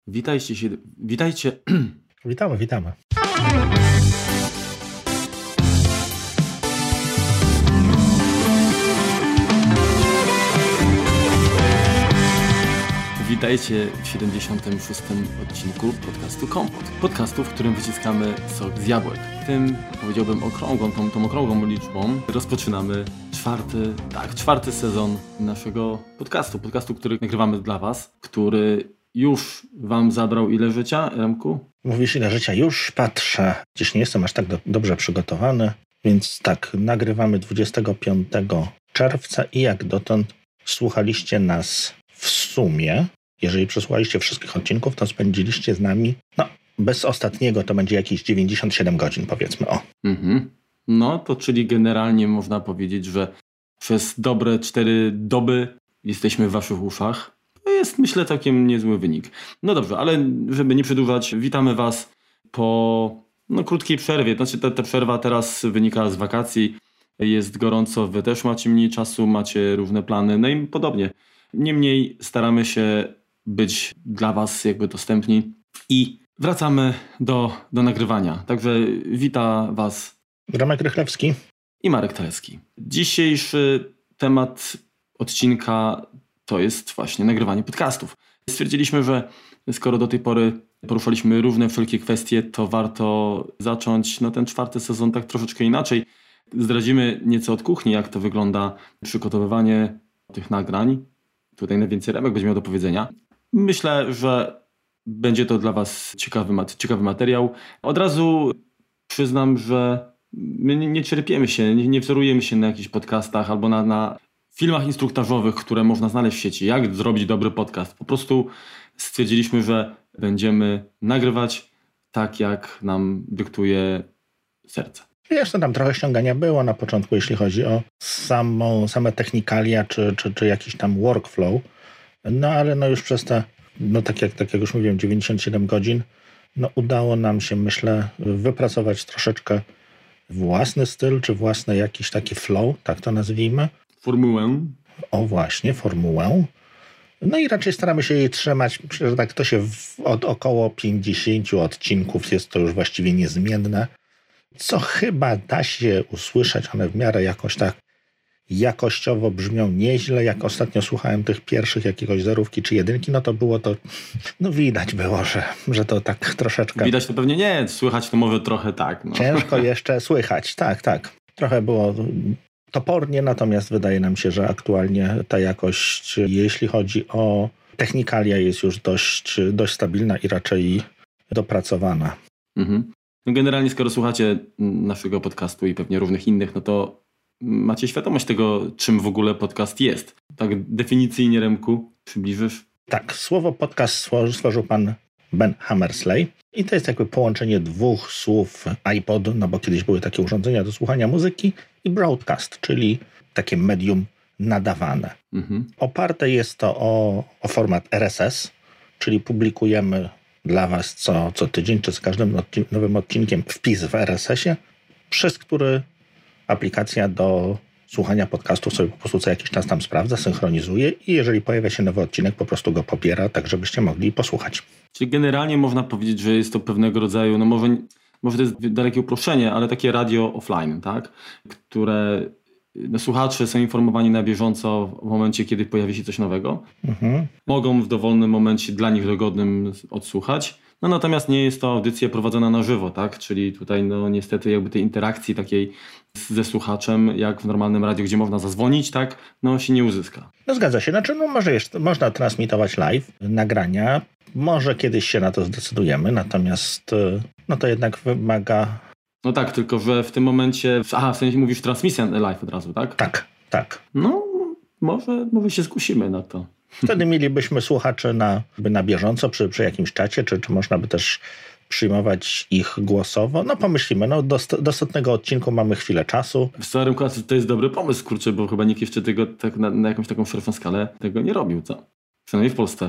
Witajcie. Witamy. Witajcie w 76. odcinku podcastu Kompot. Podcastu, w którym wyciskamy sok z jabłek. Tym, powiedziałbym, tą okrągłą liczbą rozpoczynamy czwarty sezon naszego podcastu, który nagrywamy dla Was, który już Wam zabrał ile życia, Remku? Mówisz ile życia? Już patrzę. Gdzieś nie jestem aż tak dobrze przygotowany, więc tak, nagrywamy 25 czerwca i jak dotąd słuchaliście nas w sumie. Jeżeli przesłuchaliście wszystkich odcinków, to spędziliście z nami, bez ostatniego to będzie jakieś 97 godzin, powiedzmy, o. No to czyli generalnie można powiedzieć, że przez dobre 4 doby jesteśmy w Waszych uszach. To jest, myślę, całkiem niezły wynik. No dobrze, ale żeby nie przedłużać, witamy Was po krótkiej przerwie. Znaczy ta przerwa teraz wynika z wakacji. Jest gorąco, Wy też macie mniej czasu, macie różne plany, no i podobnie. Niemniej staramy się być dla Was jakby dostępni i wracamy do nagrywania. Także wita Was Remek Rychlewski i Marek Telecki. Dzisiejszy temat odcinka to jest właśnie nagrywanie podcastów. Stwierdziliśmy, że skoro do tej pory poruszaliśmy różne wszelkie kwestie, to warto zacząć ten 4. sezon tak troszeczkę inaczej. Zdradzimy nieco od kuchni, jak to wygląda przygotowywanie tych nagrań. Tutaj najwięcej Remek będzie miał do powiedzenia. Myślę, że będzie to dla Was ciekawy materiał. Od razu przyznam, że my nie czerpiemy się, nie wzorujemy się na jakichś podcastach albo na filmach instruktażowych, które można znaleźć w sieci. Jak zrobić dobry podcast? Po prostu stwierdziliśmy, że będziemy nagrywać tak, jak nam dyktuje serce. Jeszcze tam trochę ściągania było na początku, jeśli chodzi o same technikalia, czy jakiś tam workflow. Ale już przez te, tak jak już mówiłem, 97 godzin, udało nam się, myślę, wypracować troszeczkę własny styl, czy własny jakiś taki flow, tak to nazwijmy. Formułę. O właśnie, formułę. I raczej staramy się jej trzymać. Myślę, że tak to się od około 50 odcinków jest to już właściwie niezmienne. Co chyba da się usłyszeć, one w miarę jakoś tak jakościowo brzmią nieźle. Jak ostatnio słuchałem tych pierwszych jakiegoś zerówki czy jedynki, to było to, widać było, że to tak troszeczkę... Widać to pewnie nie, słychać to może trochę tak. Ciężko jeszcze słychać, tak. Trochę było topornie, natomiast wydaje nam się, że aktualnie ta jakość, jeśli chodzi o technikalia, jest już dość stabilna i raczej dopracowana. Generalnie, skoro słuchacie naszego podcastu i pewnie różnych innych, to macie świadomość tego, czym w ogóle podcast jest. Tak definicyjnie, Remku, przybliżysz? Tak, słowo podcast stworzył pan Ben Hammersley i to jest jakby połączenie dwóch słów iPod, bo kiedyś były takie urządzenia do słuchania muzyki, i broadcast, czyli takie medium nadawane. Oparte jest to o format RSS, czyli publikujemy dla Was co tydzień, czy z każdym nowym odcinkiem wpis w RSS-ie, przez który aplikacja do słuchania podcastów sobie po prostu co jakiś czas tam sprawdza, synchronizuje i jeżeli pojawia się nowy odcinek, po prostu go pobiera, tak żebyście mogli posłuchać. Czyli generalnie można powiedzieć, że jest to pewnego rodzaju, może to jest dalekie uproszczenie, ale takie radio offline, tak? Które słuchacze są informowani na bieżąco w momencie, kiedy pojawi się coś nowego. Mogą w dowolnym momencie dla nich dogodnym odsłuchać. Natomiast nie jest to audycja prowadzona na żywo, tak? Czyli tutaj niestety jakby tej interakcji takiej ze słuchaczem, jak w normalnym radiu, gdzie można zadzwonić, tak? Się nie uzyska. Zgadza się. Można transmitować live nagrania. Może kiedyś się na to zdecydujemy, natomiast to jednak wymaga... tak, tylko że w tym momencie... w sensie mówisz transmisja live od razu, tak? Tak. Może się skusimy na to. Wtedy mielibyśmy słuchaczy na bieżąco przy jakimś czacie, czy można by też przyjmować ich głosowo. Pomyślimy. Do setnego odcinku mamy chwilę czasu. W starym klasie to jest dobry pomysł, kurczę, bo chyba nikt jeszcze tego tak na jakąś taką szerszą skalę tego nie robił, co? Przynajmniej w Polsce.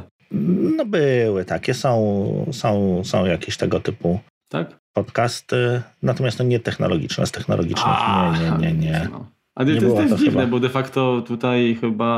Były takie, są jakieś tego typu podcasty, natomiast nie technologiczne. Z technologicznych nie. Ale to jest dziwne, bo de facto tutaj chyba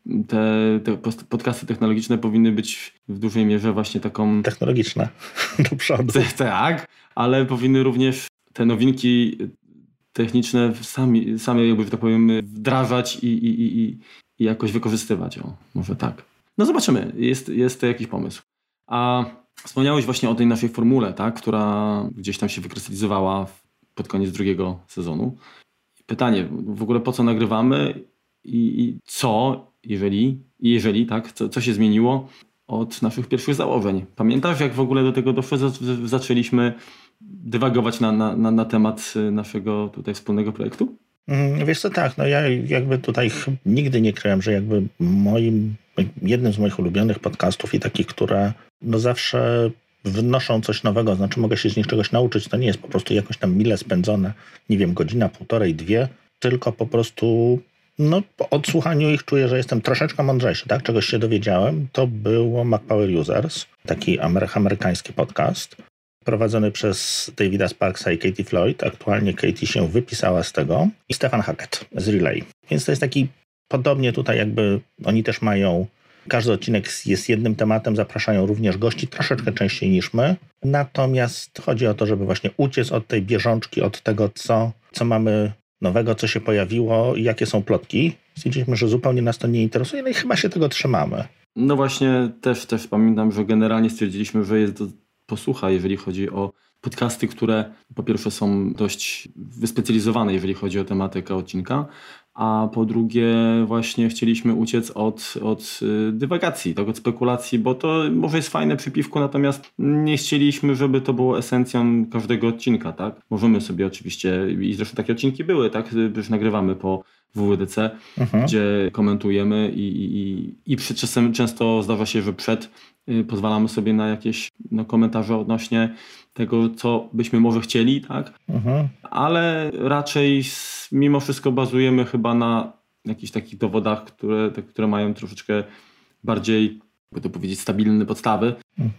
te podcasty technologiczne powinny być w dużej mierze właśnie taką... Technologiczne, do przodu. Tak, ale powinny również te nowinki techniczne same jakby, że tak powiem, wdrażać i jakoś wykorzystywać. Może tak. No zobaczymy, jest to jakiś pomysł. A wspomniałeś właśnie o tej naszej formule, tak, która gdzieś tam się wykrystalizowała pod koniec drugiego sezonu. Pytanie, w ogóle po co nagrywamy i co, jeżeli tak, co się zmieniło od naszych pierwszych założeń? Pamiętasz, jak w ogóle do tego doszło? Zaczęliśmy dywagować na temat naszego tutaj wspólnego projektu? Wiesz co, tak, no ja jakby tutaj nigdy nie kryłem, że jakby jednym z moich ulubionych podcastów i takich, które no zawsze wnoszą coś nowego, znaczy mogę się z nich czegoś nauczyć, to nie jest po prostu jakoś tam mile spędzone, nie wiem, godzina, półtorej, 2, tylko po prostu no po odsłuchaniu ich czuję, że jestem troszeczkę mądrzejszy, tak? Czegoś się dowiedziałem. To było Mac Power Users, taki amerykański podcast prowadzony przez Davida Sparksa i Katie Floyd. Aktualnie Katie się wypisała z tego i Stefan Hackett z Relay. Więc to jest taki, podobnie tutaj jakby oni też mają, każdy odcinek jest jednym tematem, zapraszają również gości troszeczkę częściej niż my. Natomiast chodzi o to, żeby właśnie uciec od tej bieżączki, od tego, co mamy nowego, co się pojawiło i jakie są plotki. Stwierdziliśmy, że zupełnie nas to nie interesuje, no i chyba się tego trzymamy. No właśnie, też pamiętam, że generalnie stwierdziliśmy, że jest do posłucha, jeżeli chodzi o podcasty, które po pierwsze są dość wyspecjalizowane, jeżeli chodzi o tematykę odcinka, a po drugie właśnie chcieliśmy uciec od dywagacji, tak, od spekulacji, bo to może jest fajne przy piwku, natomiast nie chcieliśmy, żeby to było esencją każdego odcinka, tak. Możemy sobie oczywiście, i zresztą takie odcinki były, tak, już nagrywamy po WWDC, gdzie komentujemy i czasem często zdarza się, że pozwalamy sobie na jakieś komentarze odnośnie tego, co byśmy może chcieli, tak? Ale raczej mimo wszystko bazujemy chyba na jakichś takich dowodach, które mają troszeczkę bardziej, jakby to powiedzieć, stabilne podstawy.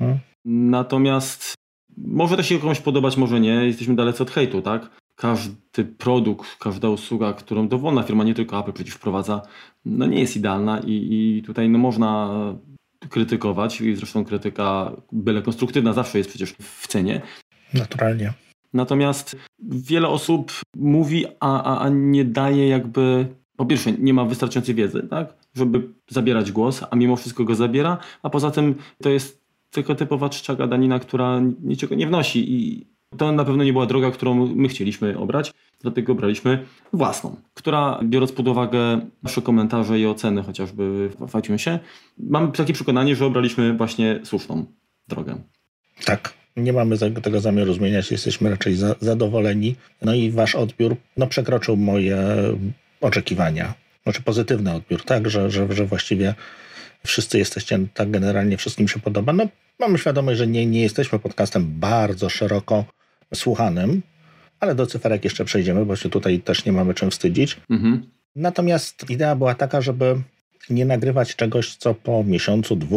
Natomiast może to się komuś podobać, może nie. Jesteśmy dalece od hejtu, tak? Każdy produkt, każda usługa, którą dowolna firma, nie tylko Apple przecież wprowadza, no nie jest idealna i tutaj można krytykować i zresztą krytyka byle konstruktywna zawsze jest przecież w cenie. Naturalnie. Natomiast wiele osób mówi, a nie daje jakby, po pierwsze nie ma wystarczającej wiedzy, tak, żeby zabierać głos, a mimo wszystko go zabiera, a poza tym to jest tylko typowa czcza gadanina, która niczego nie wnosi i to na pewno nie była droga, którą my chcieliśmy obrać, dlatego braliśmy własną, która biorąc pod uwagę nasze komentarze i oceny chociażby w iTunesie, mam takie przekonanie, że obraliśmy właśnie słuszną drogę. Tak, nie mamy tego zamiaru zmieniać, jesteśmy raczej zadowoleni. No i wasz odbiór przekroczył moje oczekiwania. Znaczy pozytywny odbiór, tak, że właściwie wszyscy jesteście, tak generalnie wszystkim się podoba. No mamy świadomość, że nie jesteśmy podcastem bardzo szeroko słuchanym, ale do cyferek jeszcze przejdziemy, bo się tutaj też nie mamy czym wstydzić. Natomiast idea była taka, żeby nie nagrywać czegoś, co po miesiącu, 2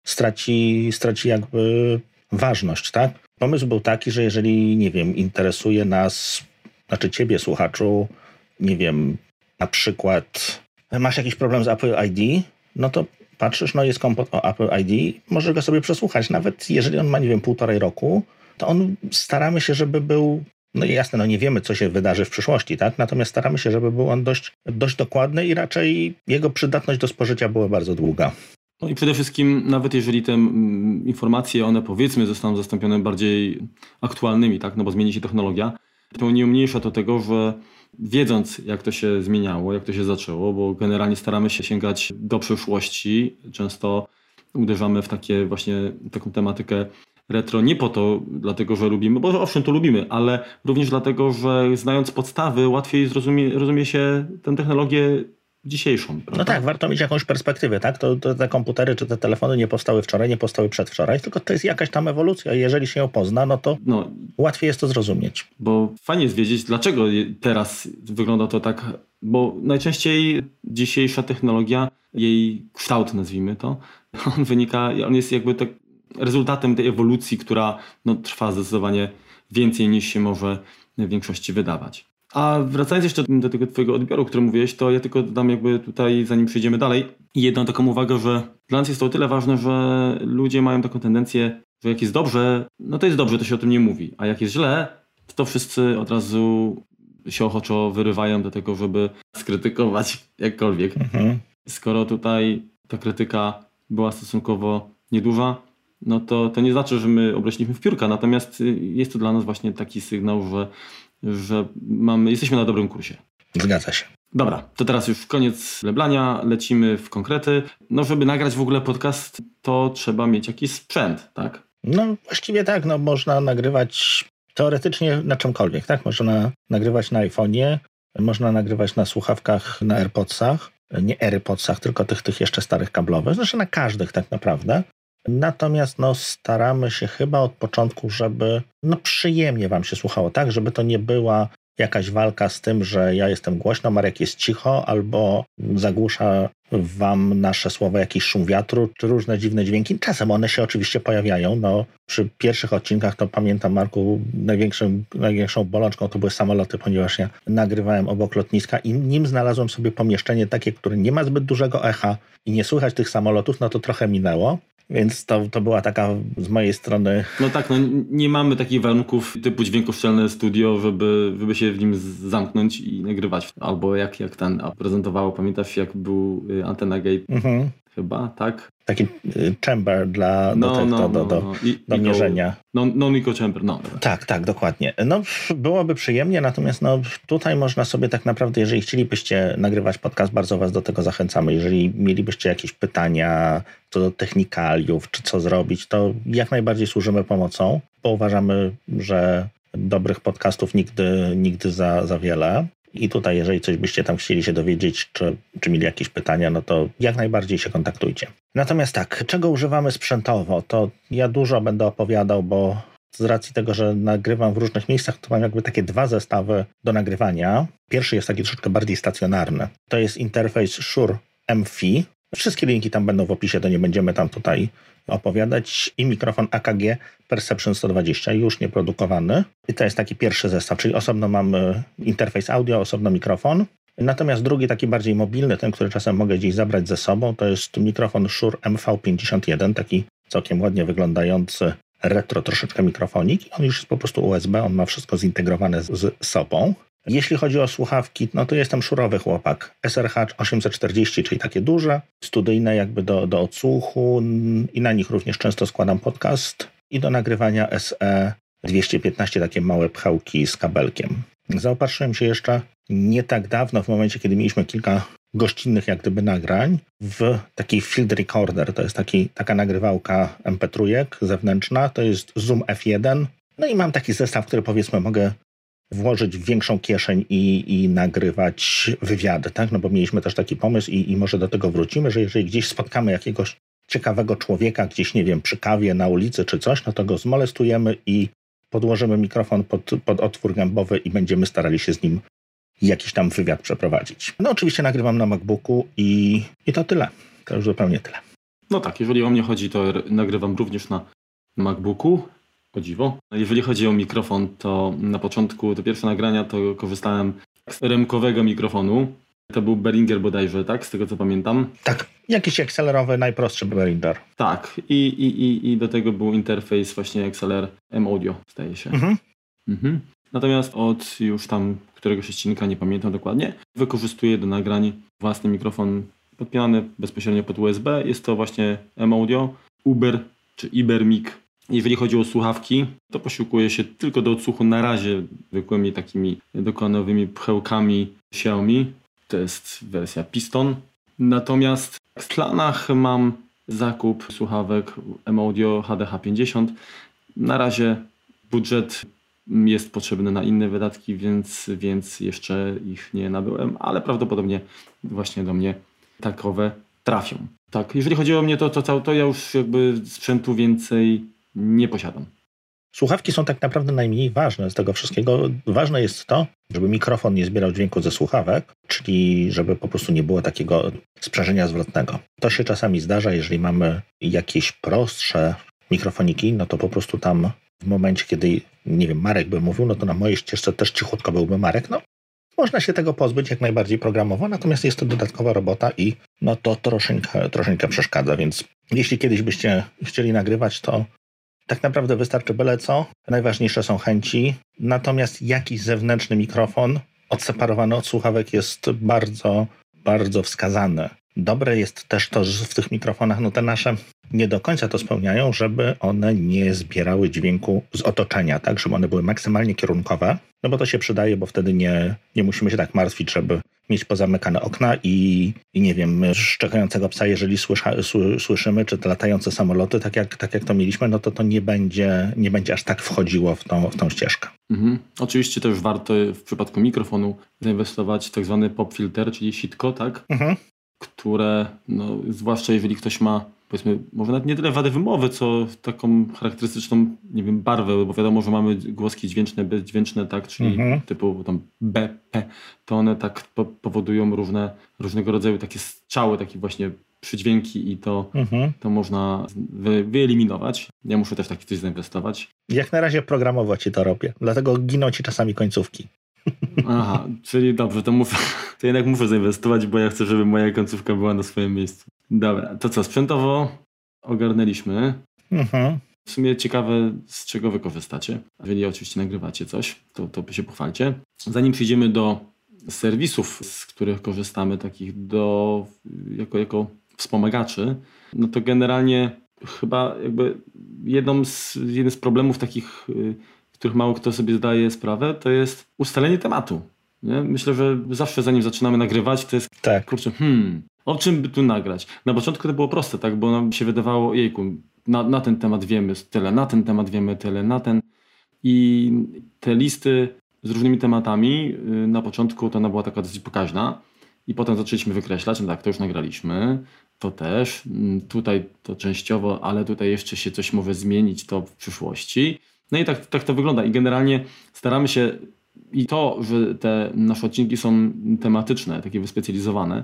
straci jakby ważność, tak? Pomysł był taki, że jeżeli, nie wiem, interesuje nas, znaczy ciebie, słuchaczu, nie wiem, na przykład masz jakiś problem z Apple ID, no to patrzysz, no jest kompot o Apple ID, możesz go sobie przesłuchać. Nawet jeżeli on ma, nie wiem, 1,5 roku, to staramy się, żeby był, no jasne, no nie wiemy, co się wydarzy w przyszłości, tak? Natomiast staramy się, żeby był on dość dokładny i raczej jego przydatność do spożycia była bardzo długa. No i przede wszystkim, nawet jeżeli te informacje, one powiedzmy zostaną zastąpione bardziej aktualnymi, tak? No bo zmieni się technologia, to nie umniejsza to tego, że wiedząc, jak to się zmieniało, jak to się zaczęło, bo generalnie staramy się sięgać do przyszłości, często uderzamy w taką tematykę retro, nie po to, dlatego, że lubimy, bo owszem, to lubimy, ale również dlatego, że znając podstawy, łatwiej rozumie się tę technologię dzisiejszą. Prawda? No tak, warto mieć jakąś perspektywę, tak? To te komputery czy te telefony nie powstały wczoraj, nie powstały przedwczoraj, tylko to jest jakaś tam ewolucja i jeżeli się ją pozna, no to łatwiej jest to zrozumieć. Bo fajnie jest wiedzieć, dlaczego teraz wygląda to tak, bo najczęściej dzisiejsza technologia, jej kształt, nazwijmy to, on jest jakby tak rezultatem tej ewolucji, która trwa zdecydowanie więcej niż się może w większości wydawać. A wracając jeszcze do tego twojego odbioru, o którym mówiłeś, to ja tylko dodam jakby tutaj, zanim przejdziemy dalej, jedną taką uwagę, że dla nas jest to o tyle ważne, że ludzie mają taką tendencję, że jak jest dobrze, no to jest dobrze, to się o tym nie mówi. A jak jest źle, to wszyscy od razu się ochoczo wyrywają do tego, żeby skrytykować jakkolwiek. Skoro tutaj ta krytyka była stosunkowo nieduża, no to nie znaczy, że my obrośliśmy w piórka, natomiast jest to dla nas właśnie taki sygnał, że jesteśmy na dobrym kursie. Zgadza się. Dobra, to teraz już koniec leblania, lecimy w konkrety. No, żeby nagrać w ogóle podcast, to trzeba mieć jakiś sprzęt, tak? No właściwie tak, no można nagrywać teoretycznie na czymkolwiek, tak? Można nagrywać na iPhone'ie, można nagrywać na słuchawkach, na AirPodsach, nie AirPodsach, tylko tych jeszcze starych kablowych, znaczy na każdych tak naprawdę. Natomiast staramy się chyba od początku, żeby przyjemnie wam się słuchało, tak? Żeby to nie była jakaś walka z tym, że ja jestem głośno, Marek jest cicho, albo zagłusza wam nasze słowa jakiś szum wiatru, czy różne dziwne dźwięki. Czasem one się oczywiście pojawiają. Przy pierwszych odcinkach to pamiętam, Marku, największą bolączką to były samoloty, ponieważ ja nagrywałem obok lotniska i nim znalazłem sobie pomieszczenie takie, które nie ma zbyt dużego echa i nie słychać tych samolotów, to trochę minęło. Więc to była taka z mojej strony... No tak, nie mamy takich warunków typu dźwiękoszczelne studio, żeby się w nim zamknąć i nagrywać. Albo jak ten prezentowało, pamiętasz jak był Antenna Gate? Chyba, tak? Taki chamber do mierzenia. Non-echo chamber, Tak, dokładnie. Byłoby przyjemnie, natomiast tutaj można sobie tak naprawdę, jeżeli chcielibyście nagrywać podcast, bardzo was do tego zachęcamy. Jeżeli mielibyście jakieś pytania co do technikaliów, czy co zrobić, to jak najbardziej służymy pomocą, bo uważamy, że dobrych podcastów nigdy za wiele. I tutaj, jeżeli coś byście tam chcieli się dowiedzieć, czy mieli jakieś pytania, to jak najbardziej się kontaktujcie. Natomiast tak, czego używamy sprzętowo, to ja dużo będę opowiadał, bo z racji tego, że nagrywam w różnych miejscach, to mam jakby takie dwa zestawy do nagrywania. Pierwszy jest taki troszeczkę bardziej stacjonarny. To jest interfejs Shure MFi. Wszystkie linki tam będą w opisie, to nie będziemy tam tutaj opowiadać. I mikrofon AKG Perception 120, już nieprodukowany. I to jest taki pierwszy zestaw, czyli osobno mamy interfejs audio, osobno mikrofon. Natomiast drugi, taki bardziej mobilny, ten, który czasem mogę gdzieś zabrać ze sobą, to jest mikrofon Shure MV51, taki całkiem ładnie wyglądający retro troszeczkę mikrofonik. On już jest po prostu USB, on ma wszystko zintegrowane z sobą. Jeśli chodzi o słuchawki, to jestem szurowy chłopak. SRH 840, czyli takie duże, studyjne jakby do odsłuchu i na nich również często składam podcast. I do nagrywania SE 215, takie małe pchełki z kabelkiem. Zaopatrzyłem się jeszcze nie tak dawno, w momencie, kiedy mieliśmy kilka gościnnych jak gdyby nagrań, w taki field recorder. To jest taka nagrywałka MP3 zewnętrzna, to jest Zoom F1. I mam taki zestaw, który powiedzmy mogę włożyć w większą kieszeń i nagrywać wywiady, tak? Bo mieliśmy też taki pomysł i może do tego wrócimy, że jeżeli gdzieś spotkamy jakiegoś ciekawego człowieka, gdzieś, nie wiem, przy kawie, na ulicy czy coś, to go zmolestujemy i podłożymy mikrofon pod otwór gębowy i będziemy starali się z nim jakiś tam wywiad przeprowadzić. Oczywiście nagrywam na MacBooku i to tyle. To już zupełnie tyle. No tak, jeżeli o mnie chodzi, to nagrywam również na MacBooku. O dziwo. Jeżeli chodzi o mikrofon, to na początku, te pierwsze nagrania, to korzystałem z rękowego mikrofonu. To był Behringer bodajże, tak? Z tego co pamiętam. Tak, jakiś XLR-owy, najprostszy Behringer. Tak, i do tego był interfejs właśnie XLR M-Audio, zdaje się. Natomiast od już tam któregoś odcinka, nie pamiętam dokładnie, wykorzystuję do nagrań własny mikrofon podpinany bezpośrednio pod USB. Jest to właśnie M-Audio, Uber czy Ibermic. Jeżeli chodzi o słuchawki, to posiłkuję się tylko do odsłuchu na razie zwykłymi takimi dokonowymi pchełkami Xiaomi. To jest wersja Piston. Natomiast w planach mam zakup słuchawek M-Audio HDH50. Na razie budżet jest potrzebny na inne wydatki, więc jeszcze ich nie nabyłem, ale prawdopodobnie właśnie do mnie takowe trafią. Tak, jeżeli chodzi o mnie, to ja już jakby sprzętu więcej nie posiadam. Słuchawki są tak naprawdę najmniej ważne z tego wszystkiego. Ważne jest to, żeby mikrofon nie zbierał dźwięku ze słuchawek, czyli żeby po prostu nie było takiego sprzężenia zwrotnego. To się czasami zdarza, jeżeli mamy jakieś prostsze mikrofoniki, to po prostu tam w momencie, kiedy, nie wiem, Marek by mówił, to na mojej ścieżce też cichutko byłby Marek. Można się tego pozbyć jak najbardziej programowo, natomiast jest to dodatkowa robota i no to troszeczkę przeszkadza, więc jeśli kiedyś byście chcieli nagrywać, to tak naprawdę wystarczy byle co. Najważniejsze są chęci, natomiast jakiś zewnętrzny mikrofon odseparowany od słuchawek jest bardzo, bardzo wskazany. Dobre jest też to, że w tych mikrofonach te nasze nie do końca to spełniają, żeby one nie zbierały dźwięku z otoczenia, tak, żeby one były maksymalnie kierunkowe, no bo to się przydaje, bo wtedy nie musimy się tak martwić, żeby mieć pozamykane okna i nie wiem, szczekającego psa, jeżeli słyszymy, czy te latające samoloty, tak jak to mieliśmy, no to nie będzie aż tak wchodziło w tą ścieżkę. Oczywiście też warto w przypadku mikrofonu zainwestować w tak zwany pop filter, czyli sitko, tak? Które, no, zwłaszcza jeżeli ktoś ma, powiedzmy, może nawet nie tyle wadę wymowy, co taką charakterystyczną, nie wiem, barwę, bo wiadomo, że mamy głoski dźwięczne, bezdźwięczne, tak, czyli typu tam B, P, to one tak powodują różnego rodzaju takie strzały, takie właśnie przydźwięki i to można wyeliminować. Ja muszę też taki coś zainwestować. Jak na razie programowo ci to robię, dlatego giną ci czasami końcówki. Aha, czyli dobrze, to jednak muszę zainwestować, bo ja chcę, żeby moja końcówka była na swoim miejscu. Dobra, to co, sprzętowo ogarnęliśmy. W sumie ciekawe, z czego wy korzystacie. Jeżeli oczywiście nagrywacie coś, to się pochwalcie. Zanim przejdziemy do serwisów, z których korzystamy, takich jako wspomagaczy, no to generalnie chyba jakby jeden z problemów takich, których mało kto sobie zdaje sprawę, to jest ustalenie tematu. Nie? Myślę, że zawsze zanim zaczynamy nagrywać, to jest kurczę, o czym by tu nagrać? Na początku to było proste, tak, bo nam się wydawało, jejku, na ten temat wiemy tyle, na ten temat wiemy tyle, na ten. I te listy z różnymi tematami na początku to ona była taka dosyć pokaźna i potem zaczęliśmy wykreślać, no tak, to już nagraliśmy, to też, tutaj to częściowo, ale tutaj jeszcze się coś może zmienić, to w przyszłości. No i tak to wygląda i generalnie staramy się i to, że te nasze odcinki są tematyczne, takie wyspecjalizowane,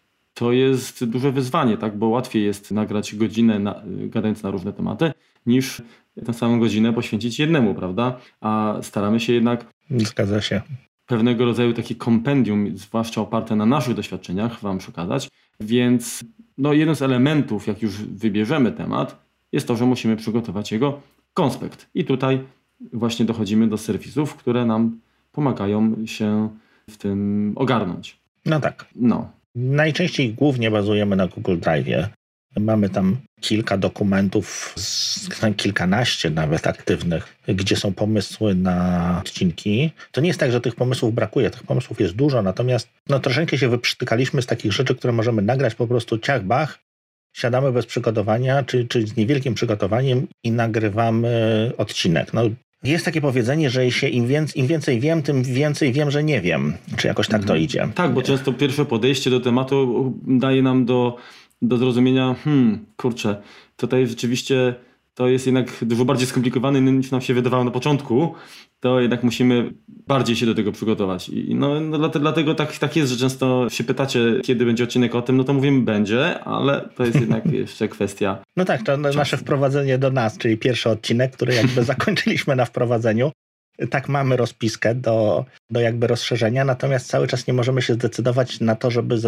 to jest duże wyzwanie, tak? Bo łatwiej jest nagrać godzinę gadając na różne tematy, niż tę samą godzinę poświęcić jednemu, prawda? A staramy się jednak Zgadza się. pewnego rodzaju takie kompendium, zwłaszcza oparte na naszych doświadczeniach, wam przekazać. Więc no, jeden z elementów, jak już wybierzemy temat, jest to, że musimy przygotować jego konspekt. I tutaj właśnie dochodzimy do serwisów, które nam pomagają się w tym ogarnąć. No tak. No. Najczęściej głównie bazujemy na Google Drive'ie. Mamy tam kilka dokumentów, kilkanaście nawet aktywnych, gdzie są pomysły na odcinki. To nie jest tak, że tych pomysłów brakuje, tych pomysłów jest dużo, natomiast troszeczkę się wyprztykaliśmy z takich rzeczy, które możemy nagrać po prostu ciach, bach, siadamy bez przygotowania, czy z niewielkim przygotowaniem i nagrywamy odcinek. Jest takie powiedzenie, że im więcej wiem, tym więcej wiem, że nie wiem. Czy jakoś tak to idzie. Tak, bo często pierwsze podejście do tematu daje nam do zrozumienia, kurczę, tutaj rzeczywiście to jest jednak dużo bardziej skomplikowane niż nam się wydawało na początku. To jednak musimy bardziej się do tego przygotować. I dlatego tak jest, że często się pytacie, kiedy będzie odcinek o tym, no to mówimy będzie, ale to jest jednak jeszcze kwestia. No tak, to nasze wprowadzenie do nas, czyli pierwszy odcinek, który jakby zakończyliśmy na wprowadzeniu. Tak, mamy rozpiskę do jakby rozszerzenia, natomiast cały czas nie możemy się zdecydować na to, żeby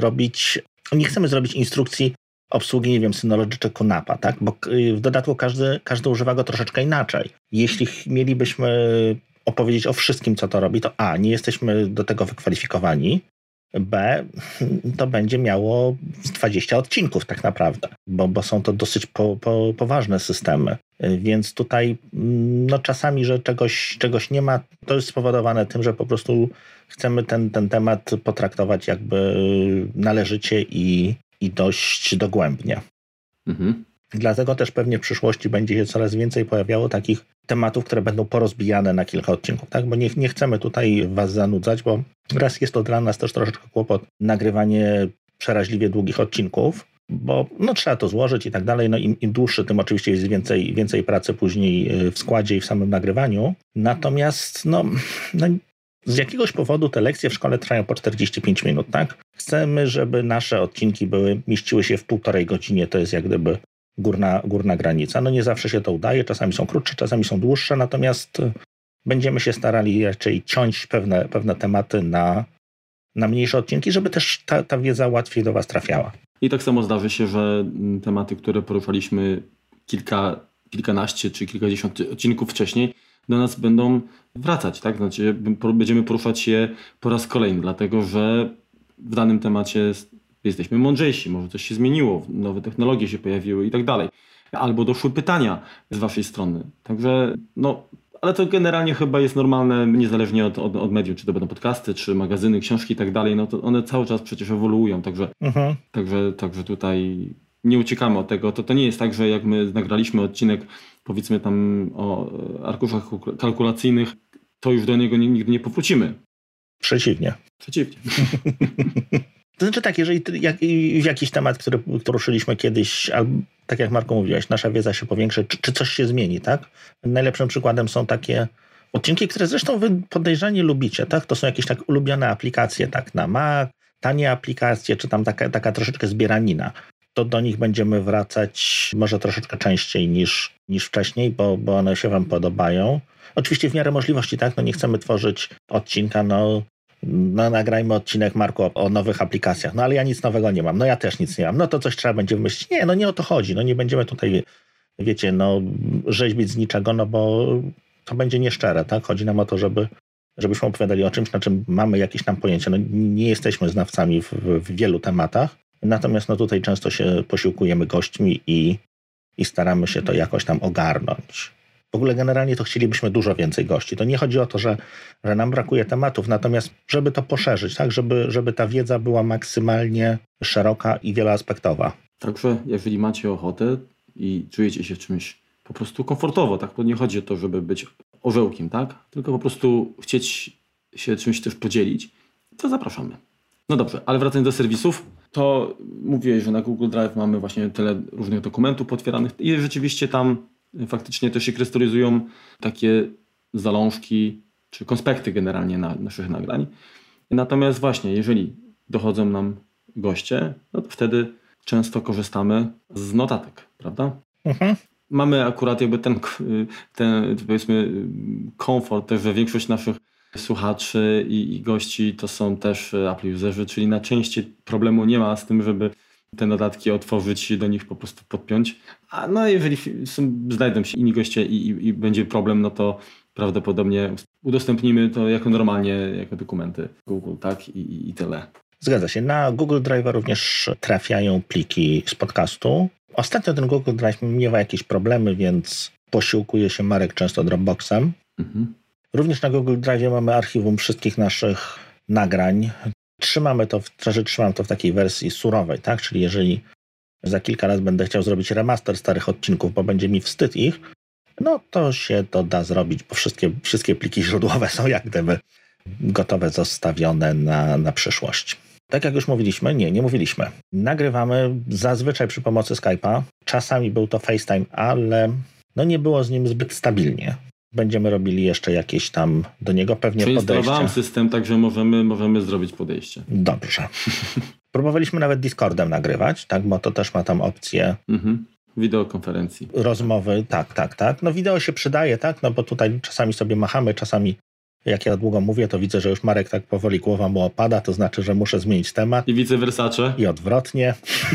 nie chcemy zrobić instrukcji obsługi, nie wiem, Synology czy Kunapa, tak? Bo w dodatku każdy używa go troszeczkę inaczej. Jeśli mielibyśmy opowiedzieć o wszystkim, co to robi, to A, nie jesteśmy do tego wykwalifikowani, B, to będzie miało 20 odcinków tak naprawdę, bo są to dosyć poważne systemy. Więc tutaj czasami, że czegoś nie ma, to jest spowodowane tym, że po prostu chcemy ten temat potraktować jakby należycie i dość dogłębnie. Dlatego też pewnie w przyszłości będzie się coraz więcej pojawiało takich tematów, które będą porozbijane na kilka odcinków, tak? Bo nie chcemy tutaj was zanudzać, bo raz jest to dla nas też troszeczkę kłopot nagrywanie przeraźliwie długich odcinków, bo trzeba to złożyć i tak dalej. Im dłuższy, tym oczywiście jest więcej pracy później w składzie i w samym nagrywaniu. Natomiast z jakiegoś powodu te lekcje w szkole trwają po 45 minut, tak? Chcemy, żeby nasze odcinki mieściły się w 1,5 godzinie, to jest jak gdyby górna granica. Nie zawsze się to udaje, czasami są krótsze, czasami są dłuższe, natomiast będziemy się starali raczej ciąć pewne tematy na na mniejsze odcinki, żeby też ta wiedza łatwiej do Was trafiała. I tak samo zdarzy się, że tematy, które poruszaliśmy kilkanaście czy kilkadziesiąt odcinków wcześniej, do nas będą wracać, tak? Znaczy będziemy poruszać je po raz kolejny, dlatego że w danym temacie jesteśmy mądrzejsi, może coś się zmieniło, nowe technologie się pojawiły i tak dalej. Albo doszły pytania z Waszej strony. Także ale to generalnie chyba jest normalne, niezależnie od mediów, czy to będą podcasty, czy magazyny, książki i tak dalej, no to one cały czas przecież ewoluują, także tutaj nie uciekamy od tego. To nie jest tak, że jak my nagraliśmy odcinek, powiedzmy tam o arkuszach kalkulacyjnych, to już do niego nigdy nie powrócimy. Przeciwnie. To znaczy tak, jeżeli w jakiś temat, który poruszyliśmy kiedyś, albo tak jak Marku mówiłeś, nasza wiedza się powiększy, czy coś się zmieni, tak? Najlepszym przykładem są takie odcinki, które zresztą wy podejrzanie lubicie, tak? To są jakieś tak ulubione aplikacje, tak, na Mac, tanie aplikacje, czy tam taka troszeczkę zbieranina. To do nich będziemy wracać może troszeczkę częściej niż wcześniej, bo one się Wam podobają. Oczywiście w miarę możliwości, tak? Nie chcemy tworzyć odcinka, nagrajmy odcinek, Marku, o nowych aplikacjach. Ale ja nic nowego nie mam. Ja też nic nie mam. To coś trzeba będzie wymyślić. Nie o to chodzi. Nie będziemy tutaj, wiecie, rzeźbić z niczego, bo to będzie nieszczere, tak? Chodzi nam o to, żebyśmy opowiadali o czymś, na czym mamy jakieś tam pojęcie. Nie jesteśmy znawcami w wielu tematach. Natomiast tutaj często się posiłkujemy gośćmi i staramy się to jakoś tam ogarnąć. W ogóle generalnie to chcielibyśmy dużo więcej gości. To nie chodzi o to, że nam brakuje tematów, natomiast żeby to poszerzyć, tak, żeby ta wiedza była maksymalnie szeroka i wieloaspektowa. Także jeżeli macie ochotę i czujecie się w czymś po prostu komfortowo, tak, to nie chodzi o to, żeby być orzełkiem, tak, tylko po prostu chcieć się czymś też podzielić, to zapraszamy. No dobrze, ale wracając do serwisów, to mówiłeś, że na Google Drive mamy właśnie tyle różnych dokumentów potwieranych i rzeczywiście tam faktycznie to się krystalizują takie zalążki czy konspekty generalnie naszych nagrań. Natomiast właśnie, jeżeli dochodzą nam goście, to wtedy często korzystamy z notatek, prawda? Mhm. Mamy akurat jakby ten powiedzmy komfort też, że większość naszych słuchaczy i gości to są też Apple userzy, czyli na części problemu nie ma z tym, żeby te notatki otworzyć i do nich po prostu podpiąć. A jeżeli znajdą się inni goście i będzie problem, to prawdopodobnie udostępnimy to jako dokumenty Google, tak? I tyle. Zgadza się. Na Google Drive również trafiają pliki z podcastu. Ostatnio ten Google Drive miewa jakieś problemy, więc posiłkuje się Marek często Dropboxem. Mhm. Również na Google Drive mamy archiwum wszystkich naszych nagrań. Trzymam to w takiej wersji surowej, tak? Czyli jeżeli za kilka lat będę chciał zrobić remaster starych odcinków, bo będzie mi wstyd ich, to się to da zrobić, bo wszystkie pliki źródłowe są jak gdyby gotowe, zostawione na przyszłość. Tak jak już mówiliśmy, nie mówiliśmy. Nagrywamy zazwyczaj przy pomocy Skype'a. Czasami był to FaceTime, ale nie było z nim zbyt stabilnie. Będziemy robili jeszcze jakieś tam do niego pewnie podejście. Przeinstalowałem system, także możemy zrobić podejście. Dobrze. Próbowaliśmy nawet Discordem nagrywać, tak, bo to też ma tam opcję wideokonferencji. Rozmowy, tak. Wideo się przydaje, tak, bo tutaj czasami sobie machamy, czasami jak ja długo mówię, to widzę, że już Marek tak powoli głowa mu opada, to znaczy, że muszę zmienić temat. I vice versa. I odwrotnie.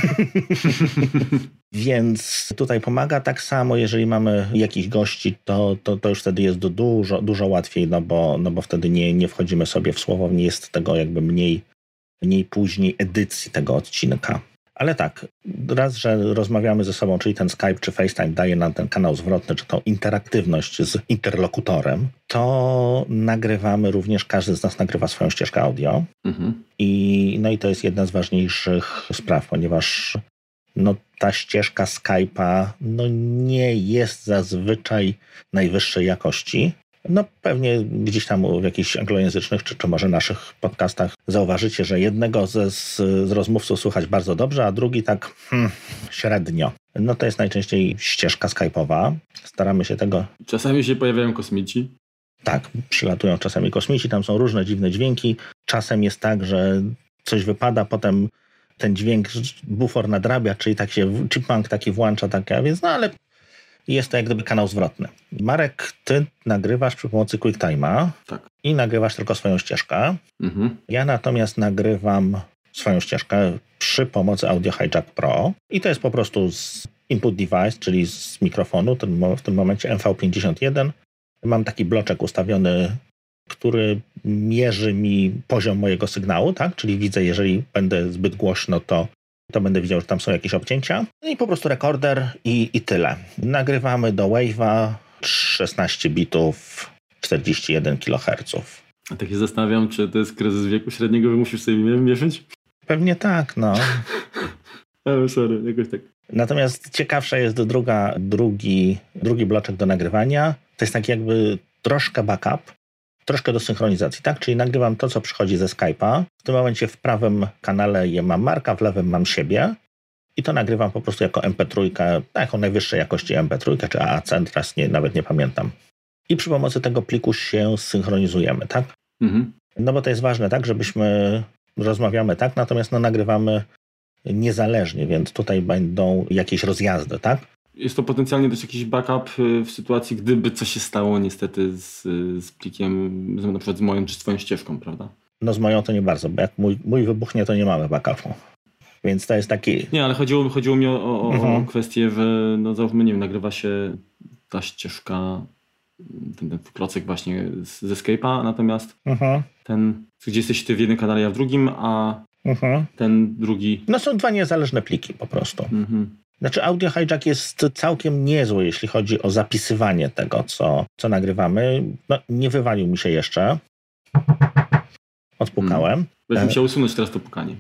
Więc tutaj pomaga tak samo, jeżeli mamy jakichś gości, to już wtedy jest dużo łatwiej, bo wtedy nie wchodzimy sobie w słowo, nie jest tego jakby mniej później edycji tego odcinka. Ale tak, raz, że rozmawiamy ze sobą, czyli ten Skype czy FaceTime daje nam ten kanał zwrotny, czy tą interaktywność z interlokutorem, to nagrywamy również, każdy z nas nagrywa swoją ścieżkę audio. I to jest jedna z ważniejszych spraw, ponieważ ta ścieżka Skype'a nie jest zazwyczaj najwyższej jakości. Pewnie gdzieś tam w jakichś anglojęzycznych, czy może naszych podcastach zauważycie, że jednego z rozmówców słychać bardzo dobrze, a drugi tak średnio. To jest najczęściej ścieżka Skype'owa. Staramy się tego... Czasami się pojawiają kosmici. Tak, przylatują czasami kosmici, tam są różne dziwne dźwięki. Czasem jest tak, że coś wypada, potem ten dźwięk bufor nadrabia, czyli tak się chipmunk taki włącza, więc ale Jest to jak gdyby kanał zwrotny. Marek, ty nagrywasz przy pomocy QuickTime'a i nagrywasz tylko swoją ścieżkę. Ja natomiast nagrywam swoją ścieżkę przy pomocy Audio Hijack Pro i to jest po prostu z input device, czyli z mikrofonu, w tym momencie MV51. Mam taki bloczek ustawiony, który mierzy mi poziom mojego sygnału, tak? Czyli widzę, jeżeli będę zbyt głośno, to będę widział, że tam są jakieś obcięcia. No i po prostu rekorder i tyle. Nagrywamy do Wave'a 16 bitów, 41 kHz. A tak się zastanawiam, czy to jest kryzys wieku średniego, że musisz sobie mierzyć? Pewnie tak, no. Sorry, jakoś tak. Natomiast ciekawsza jest drugi bloczek do nagrywania. To jest tak jakby troszkę backup, troszkę do synchronizacji, tak? Czyli nagrywam to, co przychodzi ze Skype'a. W tym momencie w prawym kanale mam Marka, w lewym mam siebie i to nagrywam po prostu jako MP3, jako najwyższej jakości MP3 czy AAC, teraz nawet nie pamiętam. I przy pomocy tego pliku się synchronizujemy, tak? No bo to jest ważne, tak? Żebyśmy rozmawiamy, tak? Natomiast nagrywamy niezależnie, więc tutaj będą jakieś rozjazdy, tak? Jest to potencjalnie też jakiś backup w sytuacji, gdyby coś się stało niestety z plikiem, na przykład z moją czy z twoją ścieżką, prawda? No z moją to nie bardzo, bo jak mój wybuchnie, to nie mamy backupu. Więc to jest taki... Nie, ale chodziło mi o kwestię, że no załóżmy, nie wiem, nagrywa się ta ścieżka, ten klocek właśnie ze Skype'a, natomiast ten, gdzie jesteś ty w jednym kanale, ja w drugim, a ten drugi... No są dwa niezależne pliki po prostu. Znaczy Audio Hijack jest całkiem niezły, jeśli chodzi o zapisywanie tego, co nagrywamy. No, nie wywalił mi się jeszcze. Odpukałem. Będę musiał usunąć teraz to pukanie.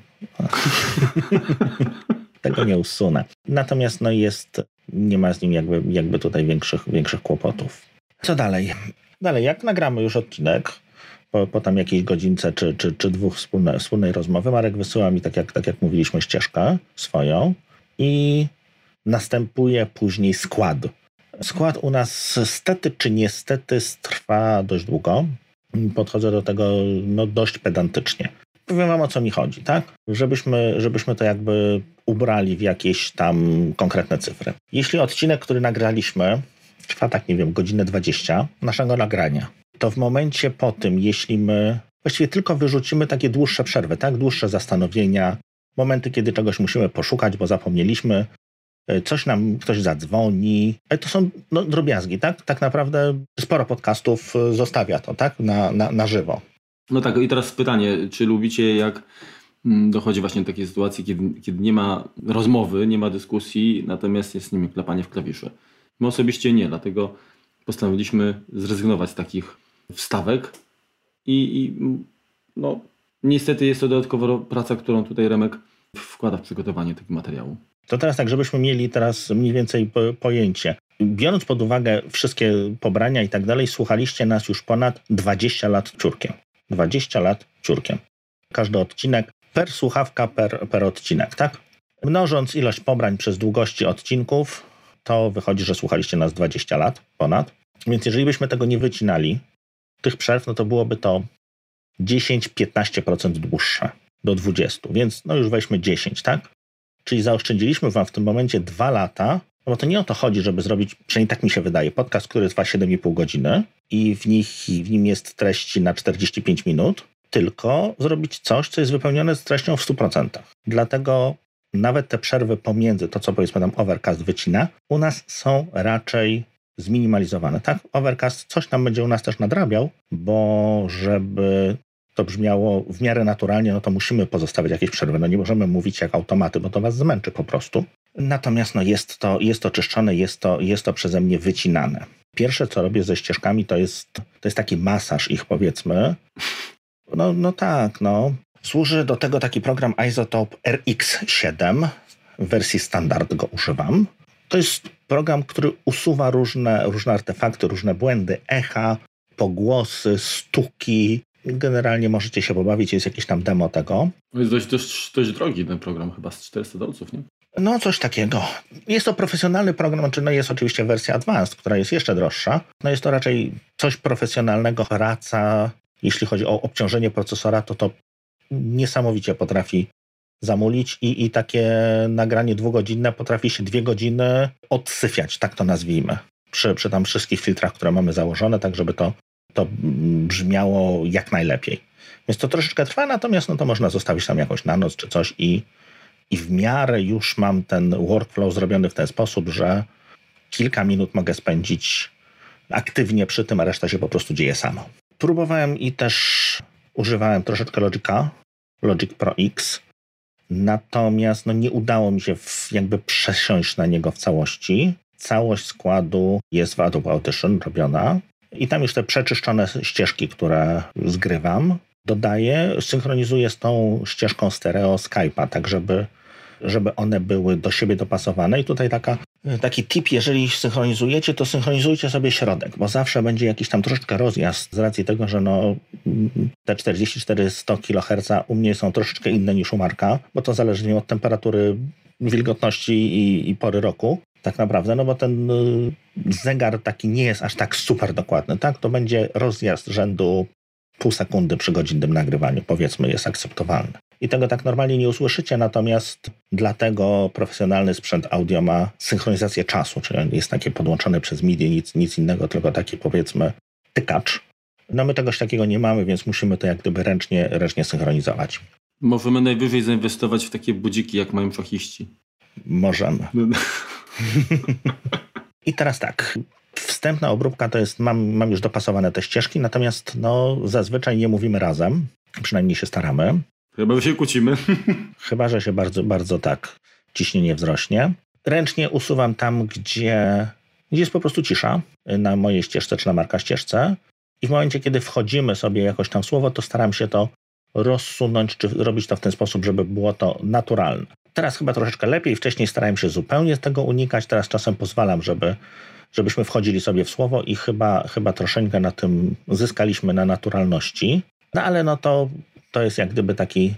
Tego nie usunę. Natomiast no nie ma z nim jakby tutaj większych kłopotów. Co dalej? Dalej, jak nagramy już odcinek, po tam jakiejś godzince czy dwóch wspólnej rozmowy, Marek wysyła mi, tak jak mówiliśmy, ścieżkę swoją i następuje później skład. Skład u nas stety czy niestety trwa dość długo. Podchodzę do tego dość pedantycznie. Powiem wam, o co mi chodzi, tak? Żebyśmy to jakby ubrali w jakieś tam konkretne cyfry. Jeśli odcinek, który nagraliśmy, trwa tak, nie wiem, godzinę 20 naszego nagrania, to w momencie po tym, jeśli my właściwie tylko wyrzucimy takie dłuższe przerwy, tak? Dłuższe zastanowienia, momenty, kiedy czegoś musimy poszukać, bo zapomnieliśmy, ktoś zadzwoni. Ale to są drobiazgi, tak? Tak naprawdę sporo podcastów zostawia to, tak? Na żywo. No tak, i teraz pytanie, czy lubicie, jak dochodzi właśnie do takiej sytuacji, kiedy nie ma rozmowy, nie ma dyskusji, natomiast jest z nimi klepanie w klawisze. My osobiście nie, dlatego postanowiliśmy zrezygnować z takich wstawek i niestety jest to dodatkowa praca, którą tutaj Remek wkłada w przygotowanie tego materiału. To teraz tak, żebyśmy mieli teraz mniej więcej pojęcie. Biorąc pod uwagę wszystkie pobrania i tak dalej, słuchaliście nas już ponad 20 lat ciurkiem. 20 lat ciurkiem. Każdy odcinek per słuchawka, per odcinek, tak? Mnożąc ilość pobrań przez długości odcinków, to wychodzi, że słuchaliście nas 20 lat ponad. Więc jeżeli byśmy tego nie wycinali, tych przerw, no to byłoby to 10-15% dłuższe do 20. Więc już weźmy 10, tak? Czyli zaoszczędziliśmy wam w tym momencie 2 lata, no bo to nie o to chodzi, żeby zrobić, przynajmniej tak mi się wydaje, podcast, który trwa 7,5 godziny i w nim jest treści na 45 minut, tylko zrobić coś, co jest wypełnione z treścią w 100%. Dlatego nawet te przerwy pomiędzy, to co powiedzmy tam Overcast wycina, u nas są raczej zminimalizowane. Tak, Overcast coś tam będzie u nas też nadrabiał, bo żeby to brzmiało w miarę naturalnie, no to musimy pozostawiać jakieś przerwy. No nie możemy mówić jak automaty, bo to was zmęczy po prostu. Natomiast jest to czyszczone, jest to przeze mnie wycinane. Pierwsze, co robię ze ścieżkami, to jest taki masaż ich, powiedzmy. No tak. Służy do tego taki program Isotope RX7. W wersji standard go używam. To jest program, który usuwa różne artefakty, różne błędy, echa, pogłosy, stuki. Generalnie możecie się pobawić, jest jakieś tam demo tego. Jest dość drogi ten program, chyba z $400, nie? No coś takiego. Jest to profesjonalny program, jest oczywiście wersja Advanced, która jest jeszcze droższa. Jest to raczej coś profesjonalnego, praca. Jeśli chodzi o obciążenie procesora, to niesamowicie potrafi zamulić i takie nagranie 2-godzinne potrafi się 2 godziny odsyfiać, tak to nazwijmy. Przy tam wszystkich filtrach, które mamy założone, tak żeby to brzmiało jak najlepiej. Więc to troszeczkę trwa, natomiast no to można zostawić tam jakoś na noc czy coś i w miarę już mam ten workflow zrobiony w ten sposób, że kilka minut mogę spędzić aktywnie przy tym, a reszta się po prostu dzieje samo. Próbowałem i też używałem troszeczkę Logic Pro X, natomiast no nie udało mi się jakby przesiąść na niego w całości. Całość składu jest w Adobe Audition robiona i tam już te przeczyszczone ścieżki, które zgrywam, dodaję, synchronizuję z tą ścieżką stereo Skype'a, tak żeby one były do siebie dopasowane. I tutaj taki tip, jeżeli synchronizujecie, to synchronizujcie sobie środek, bo zawsze będzie jakiś tam troszeczkę rozjazd z racji tego, że no te 44-100 kHz u mnie są troszeczkę inne niż u Marka, bo to zależy od temperatury, wilgotności i pory roku. Tak naprawdę, no bo ten zegar taki nie jest aż tak super dokładny, tak? To będzie rozjazd rzędu pół sekundy przy godzinnym nagrywaniu, powiedzmy, jest akceptowalny. I tego tak normalnie nie usłyszycie, natomiast dlatego profesjonalny sprzęt audio ma synchronizację czasu, czyli on jest takie podłączone przez MIDI, nic innego, tylko taki powiedzmy tykacz. No my czegoś takiego nie mamy, więc musimy to jak gdyby ręcznie synchronizować. Możemy najwyżej zainwestować w takie budziki, jak mają szachiści. Możemy. I teraz tak, wstępna obróbka to jest, mam już dopasowane te ścieżki, natomiast no zazwyczaj nie mówimy razem, przynajmniej się staramy. Chyba, że się kłócimy. Chyba, że się bardzo, bardzo tak ciśnienie wzrośnie. Ręcznie usuwam tam, gdzie jest po prostu cisza na mojej ścieżce czy na Marka ścieżce i w momencie, kiedy wchodzimy sobie jakoś tam w słowo, to staram się to rozsunąć, czy robić to w ten sposób, żeby było to naturalne. Teraz chyba troszeczkę lepiej, wcześniej starałem się zupełnie tego unikać, teraz czasem pozwalam, żebyśmy wchodzili sobie w słowo i chyba troszeczkę na tym zyskaliśmy na naturalności. No ale no to jest jak gdyby taki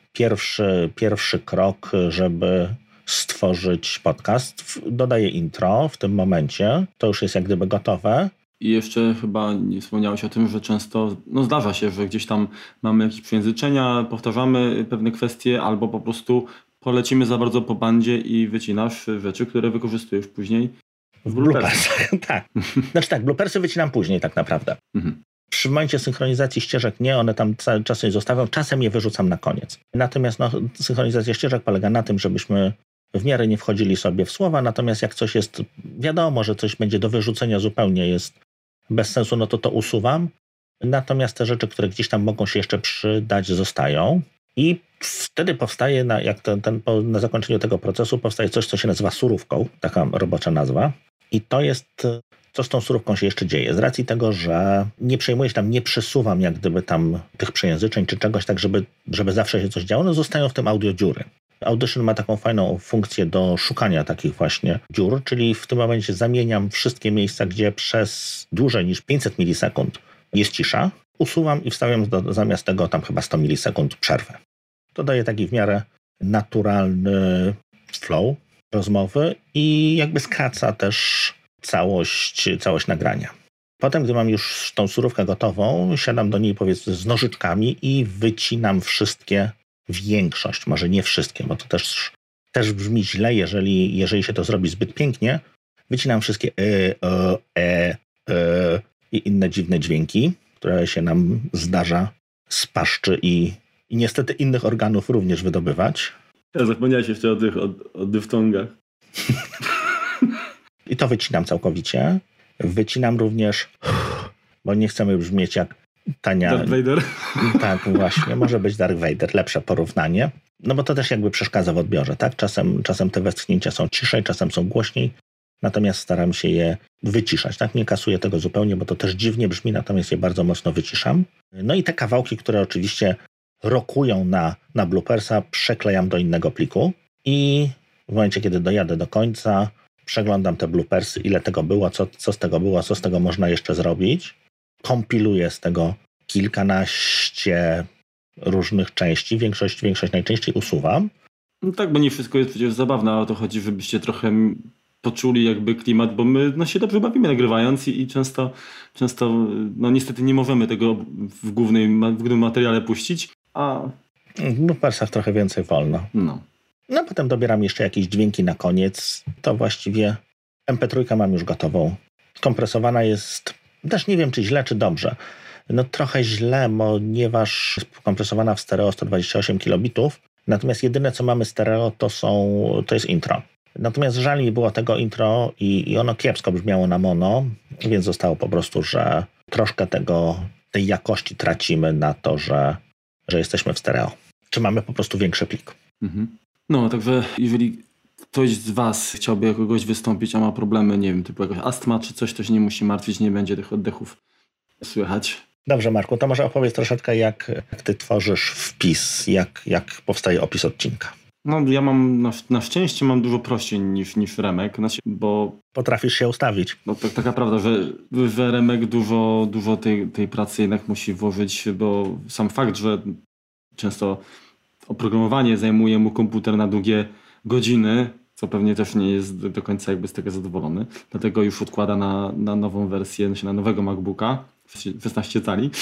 pierwszy krok, żeby stworzyć podcast. Dodaję intro w tym momencie, to już jest jak gdyby gotowe. I jeszcze chyba nie wspomniałeś o tym, że często zdarza się, że gdzieś tam mamy jakieś przejęzyczenia, powtarzamy pewne kwestie albo po prostu polecimy za bardzo po bandzie i wycinasz rzeczy, które wykorzystujesz później w bloopersach. Tak. Znaczy tak, bloopersy wycinam później tak naprawdę. Przy momencie synchronizacji ścieżek nie, one tam cały czas je zostawiam, czasem je wyrzucam na koniec. Natomiast synchronizacja ścieżek polega na tym, żebyśmy w miarę nie wchodzili sobie w słowa, natomiast jak coś jest, wiadomo, że coś będzie do wyrzucenia zupełnie jest bez sensu, no to usuwam. Natomiast te rzeczy, które gdzieś tam mogą się jeszcze przydać, zostają. I wtedy powstaje, na zakończeniu tego procesu powstaje coś, co się nazywa surówką, taka robocza nazwa. I to jest, co z tą surówką się jeszcze dzieje. Z racji tego, że nie przejmuję się tam, nie przesuwam jak gdyby tam tych przejęzyczeń czy czegoś tak, żeby zawsze się coś działo, no zostają w tym audio dziury. Audition ma taką fajną funkcję do szukania takich właśnie dziur, czyli w tym momencie zamieniam wszystkie miejsca, gdzie przez dłużej niż 500 milisekund jest cisza, usuwam i wstawiam zamiast tego tam chyba 100 milisekund przerwę. To daje taki w miarę naturalny flow rozmowy i jakby skraca też całość nagrania. Potem, gdy mam już tą surówkę gotową, siadam do niej powiedzmy z nożyczkami i wycinam większość, może nie wszystkie, bo to też brzmi źle, jeżeli się to zrobi zbyt pięknie. Wycinam wszystkie i inne dziwne dźwięki, które się nam zdarza z paszczy i niestety innych organów również wydobywać. Ja zapomniałeś jeszcze o dyftongach. I to wycinam całkowicie. Wycinam również, bo nie chcemy brzmieć jak tania... Darth Vader? Tak, właśnie. Może być Darth Vader. Lepsze porównanie. No bo to też jakby przeszkadza w odbiorze, tak? Czasem te westchnięcia są ciszej, czasem są głośniej. Natomiast staram się je wyciszać, tak? Nie kasuję tego zupełnie, bo to też dziwnie brzmi, natomiast je bardzo mocno wyciszam. No i te kawałki, które oczywiście rokują na bloopersa, przeklejam do innego pliku i w momencie, kiedy dojadę do końca, przeglądam te bloopersy, ile tego było, co z tego było, co z tego można jeszcze zrobić. Kompiluję z tego kilkanaście różnych części, większość najczęściej usuwam. No tak, bo nie wszystko jest przecież zabawne, ale o to chodzi, żebyście trochę poczuli jakby klimat, bo my się dobrze bawimy nagrywając i często niestety nie możemy tego w głównym materiale puścić, a W bloopersach trochę więcej wolno. No potem dobieram jeszcze jakieś dźwięki na koniec. To właściwie MP3 mam już gotową. Kompresowana jest, też nie wiem czy źle, czy dobrze. No trochę źle, ponieważ kompresowana w stereo 128 kilobitów. Natomiast jedyne co mamy stereo to jest intro. Natomiast żal mi było tego intro i ono kiepsko brzmiało na mono, więc zostało po prostu, że troszkę tej jakości tracimy na to, że jesteśmy w stereo. Czy mamy po prostu większy plik. No, także jeżeli ktoś z Was chciałby jako gość wystąpić, a ma problemy, nie wiem, typu jakaś astma czy coś, to się nie musi martwić, nie będzie tych oddechów słychać. Dobrze, Marku, to może opowiedz troszeczkę, jak Ty tworzysz wpis, jak powstaje opis odcinka. No, ja mam, na szczęście mam dużo prościej niż Remek, bo... Potrafisz się ustawić. No taka prawda, że Remek dużo tej pracy jednak musi włożyć, bo sam fakt, że często oprogramowanie zajmuje mu komputer na długie godziny, co pewnie też nie jest do końca jakby z tego zadowolony. Dlatego już odkłada na nową wersję, na nowego MacBooka 16 cali.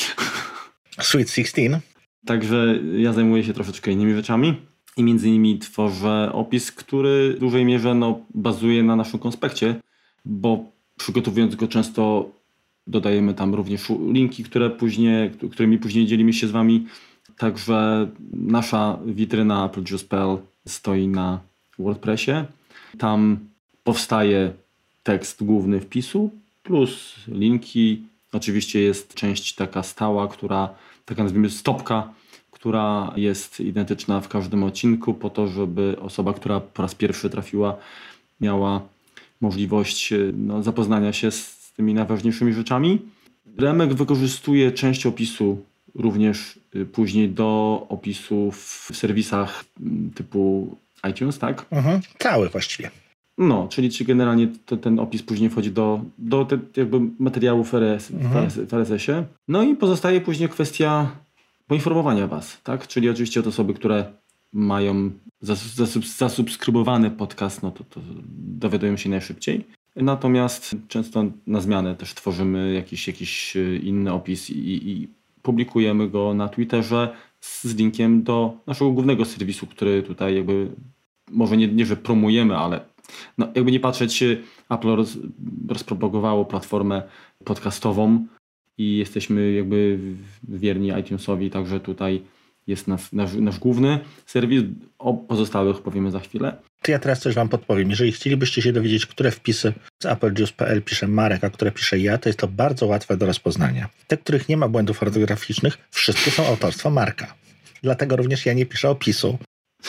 Sweet 16. Także ja zajmuję się troszeczkę innymi rzeczami i między innymi tworzę opis, który w dużej mierze bazuje na naszym konspekcie, bo przygotowując go często dodajemy tam również linki, którymi później dzielimy się z Wami. Także nasza witryna AppleJuice.pl stoi na WordPressie. Tam powstaje tekst główny wpisu plus linki. Oczywiście jest część taka stała, taka nazwijmy stopka, która jest identyczna w każdym odcinku po to, żeby osoba, która po raz pierwszy trafiła, miała możliwość zapoznania się z tymi najważniejszymi rzeczami. Remek wykorzystuje część opisu również później do opisu w serwisach typu iTunes, tak? Cały właściwie. No, czyli generalnie ten opis później wchodzi do jakby materiałów w RSS-ie. No i pozostaje później kwestia poinformowania Was, tak? Czyli oczywiście od osoby, które mają zasubskrybowany podcast, no to dowiadują się najszybciej. Natomiast często na zmianę też tworzymy jakiś inny opis i publikujemy go na Twitterze z linkiem do naszego głównego serwisu, który tutaj jakby może nie że promujemy, ale jakby nie patrzeć, Apple rozpropagowało platformę podcastową i jesteśmy jakby wierni iTunesowi, także tutaj jest nasz główny serwis. O pozostałych powiemy za chwilę. To ja teraz coś Wam podpowiem. Jeżeli chcielibyście się dowiedzieć, które wpisy z AppleJuice.pl pisze Marek, a które piszę ja, to jest to bardzo łatwe do rozpoznania. Te, których nie ma błędów ortograficznych, wszystkie są autorstwa Marka. Dlatego również ja nie piszę opisu.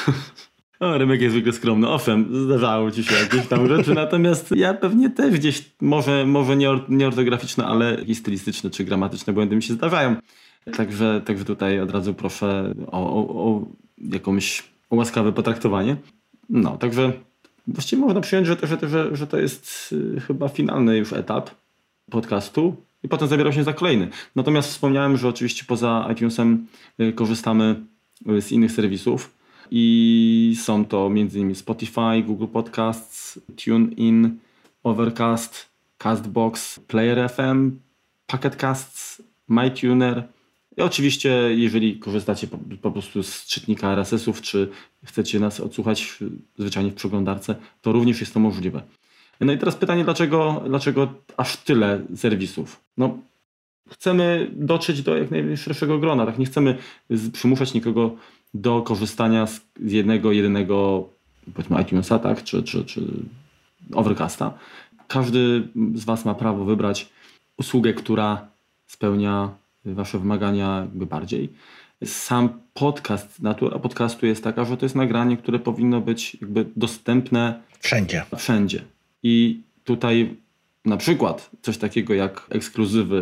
Remek jest zwykle skromny. Owszem, zdarzało Ci się jakieś tam rzeczy, natomiast ja pewnie też gdzieś, może nie ortograficzne, ale jakieś stylistyczne czy gramatyczne błędy mi się zdarzają. Także tutaj od razu proszę o jakąś łaskawe potraktowanie. No, także właściwie można przyjąć, że to jest chyba finalny już etap podcastu i potem zabierał się za kolejny. Natomiast wspomniałem, że oczywiście poza iTunesem korzystamy z innych serwisów i są to m.in. Spotify, Google Podcasts, TuneIn, Overcast, Castbox, Player FM, Pocket Casts, MyTuner. I oczywiście, jeżeli korzystacie po prostu z czytnika RSS-ów, czy chcecie nas odsłuchać zwyczajnie w przeglądarce, to również jest to możliwe. No i teraz pytanie, dlaczego aż tyle serwisów? No, chcemy dotrzeć do jak najszerszego grona, tak? Nie chcemy przymuszać nikogo do korzystania z jedynego powiedzmy iTunesa, tak? czy Overcasta. Każdy z Was ma prawo wybrać usługę, która spełnia Wasze wymagania jakby bardziej. Sam podcast, natura podcastu jest taka, że to jest nagranie, które powinno być jakby dostępne wszędzie. I tutaj na przykład coś takiego jak ekskluzywy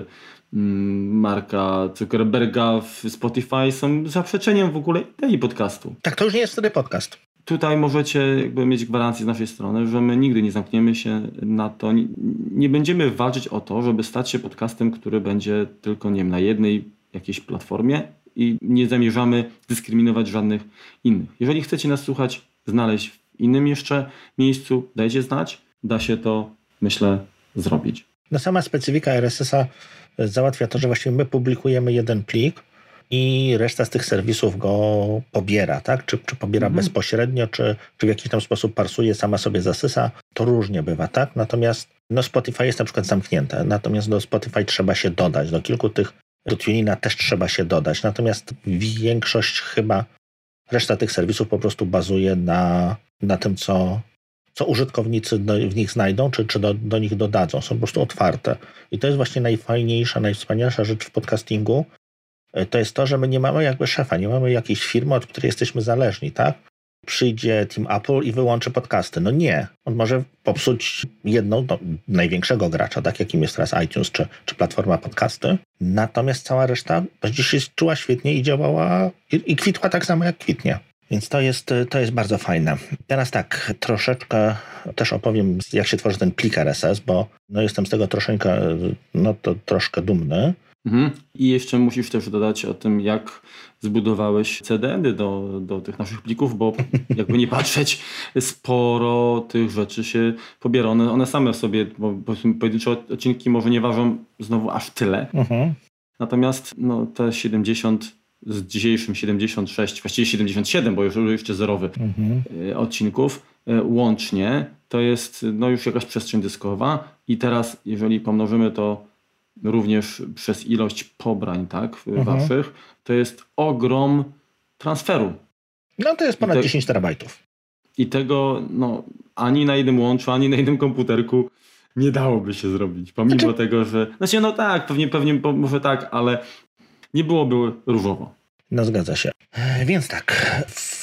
Marka Zuckerberga w Spotify są zaprzeczeniem w ogóle idei podcastu. Tak, to już nie jest wtedy podcast. Tutaj możecie jakby mieć gwarancję z naszej strony, że my nigdy nie zamkniemy się na to. Nie będziemy walczyć o to, żeby stać się podcastem, który będzie tylko na jednej jakiejś platformie i nie zamierzamy dyskryminować żadnych innych. Jeżeli chcecie nas słuchać, znaleźć w innym jeszcze miejscu, dajcie znać. Da się to, myślę, zrobić. No sama specyfika RSS-a załatwia to, że właściwie my publikujemy jeden plik i reszta z tych serwisów go pobiera, tak? Czy pobiera bezpośrednio, czy w jakiś tam sposób parsuje, sama sobie zasysa, to różnie bywa, tak? Natomiast Spotify jest na przykład zamknięte, natomiast do Spotify trzeba się dodać, do kilku tych, do TuneIna też trzeba się dodać, natomiast większość chyba, reszta tych serwisów po prostu bazuje na tym, co użytkownicy w nich znajdą, czy do nich dodadzą. Są po prostu otwarte. I to jest właśnie najfajniejsza, najwspanialsza rzecz w podcastingu. To jest to, że my nie mamy jakby szefa, nie mamy jakiejś firmy, od której jesteśmy zależni, tak? Przyjdzie Tim Apple i wyłączy podcasty. No nie. On może popsuć jedną, największego gracza, tak, jakim jest teraz iTunes, czy platforma podcasty. Natomiast cała reszta będzie się czuła świetnie i działała i kwitła tak samo, jak kwitnie. Więc to jest bardzo fajne. Teraz tak, troszeczkę też opowiem, jak się tworzy ten plik RSS, bo jestem z tego troszkę dumny. I jeszcze musisz też dodać o tym, jak zbudowałeś CDN-y do tych naszych plików, bo jakby nie patrzeć, sporo tych rzeczy się pobiera. One same w sobie, bo pojedyncze odcinki może nie ważą znowu aż tyle. Natomiast te 70 z dzisiejszym 76, właściwie 77, bo już jeszcze zerowy odcinków łącznie, to jest już jakaś przestrzeń dyskowa i teraz jeżeli pomnożymy to również przez ilość pobrań, tak, waszych, to jest ogrom transferu. To jest ponad 10 terabajtów. I tego ani na jednym łączu, ani na jednym komputerku nie dałoby się zrobić. Pomimo tego, że... pewnie może tak, ale nie byłoby różowo. Zgadza się. Więc tak,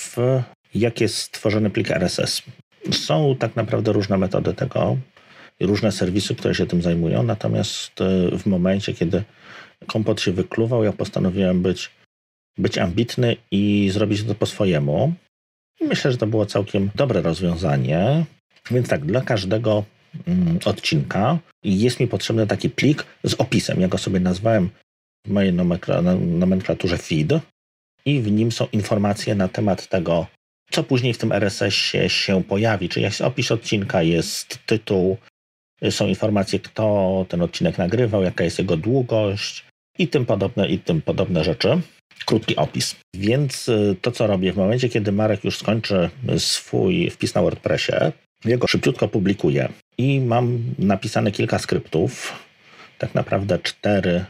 jak jest stworzony plik RSS? Są tak naprawdę różne metody tego, różne serwisy, które się tym zajmują, natomiast w momencie, kiedy kompot się wykluwał, ja postanowiłem być ambitny i zrobić to po swojemu. I myślę, że to było całkiem dobre rozwiązanie. Więc tak, dla każdego odcinka jest mi potrzebny taki plik z opisem. Ja go sobie nazwałem w mojej nomenklaturze feed i w nim są informacje na temat tego, co później w tym RSS-ie się pojawi. Czyli jest opis odcinka, jest tytuł, są informacje, kto ten odcinek nagrywał, jaka jest jego długość i tym podobne rzeczy. Krótki opis. Więc to, co robię w momencie, kiedy Marek już skończy swój wpis na WordPressie, ja go szybciutko publikuję i mam napisane kilka skryptów, tak naprawdę cztery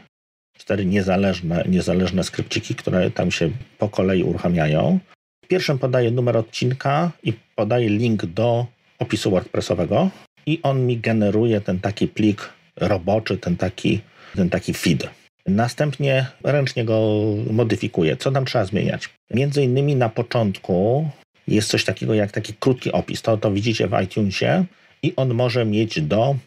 niezależne skrypciki, które tam się po kolei uruchamiają. W pierwszym podaję numer odcinka i podaję link do opisu WordPressowego i on mi generuje ten taki plik roboczy, ten taki feed. Następnie ręcznie go modyfikuję. Co tam trzeba zmieniać? Między innymi na początku jest coś takiego jak taki krótki opis. To widzicie w iTunesie i on może mieć do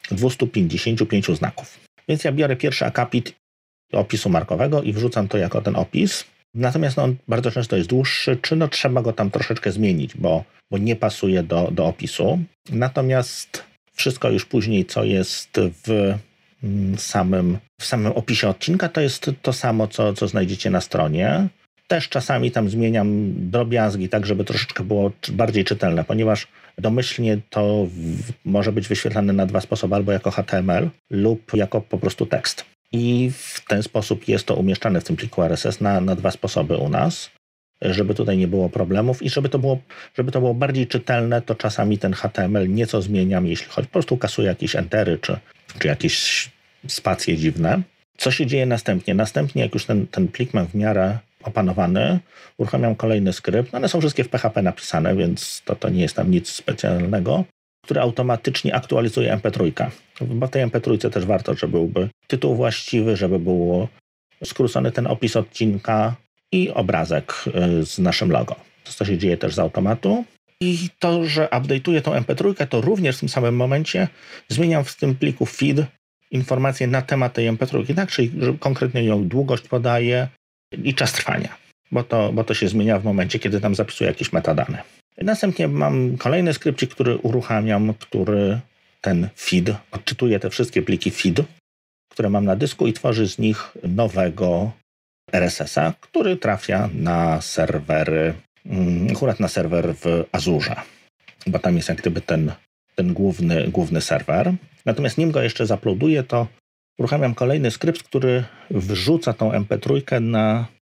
255 znaków. Więc ja biorę pierwszy akapit opisu markowego i wrzucam to jako ten opis. Natomiast on bardzo często jest dłuższy, czy trzeba go tam troszeczkę zmienić, bo nie pasuje do opisu. Natomiast wszystko już później, co jest w samym opisie odcinka, to jest to samo, co znajdziecie na stronie. Też czasami tam zmieniam drobiazgi, tak żeby troszeczkę było bardziej czytelne, ponieważ domyślnie to może być wyświetlane na dwa sposoby, albo jako HTML lub jako po prostu tekst. I w ten sposób jest to umieszczane w tym pliku RSS na dwa sposoby u nas, żeby tutaj nie było problemów i żeby to było bardziej czytelne, to czasami ten HTML nieco zmieniam, jeśli chodzi, po prostu kasuję jakieś entery czy jakieś spacje dziwne. Co się dzieje następnie? Następnie, jak już ten plik mam w miarę opanowany, uruchamiam kolejny skrypt. One są wszystkie w PHP napisane, więc to nie jest tam nic specjalnego, który automatycznie aktualizuje MP3. Bo w tej MP3 też warto, żeby byłby tytuł właściwy, żeby był skrócony ten opis odcinka i obrazek z naszym logo. To się dzieje też z automatu. I to, że update'uję tą MP3, to również w tym samym momencie zmieniam w tym pliku feed informacje na temat tej MP3, tak? Czyli że konkretnie ją długość podaję i czas trwania, bo to się zmienia w momencie, kiedy tam zapisuję jakieś metadane. Następnie mam kolejny skrypcik, który uruchamiam, który ten feed odczytuje te wszystkie pliki feed, które mam na dysku i tworzy z nich nowego RSS-a, który trafia na serwery, akurat na serwer w Azurze, bo tam jest jak gdyby ten główny serwer. Natomiast nim go jeszcze zaploaduję, to uruchamiam kolejny skrypt, który wrzuca tą MP3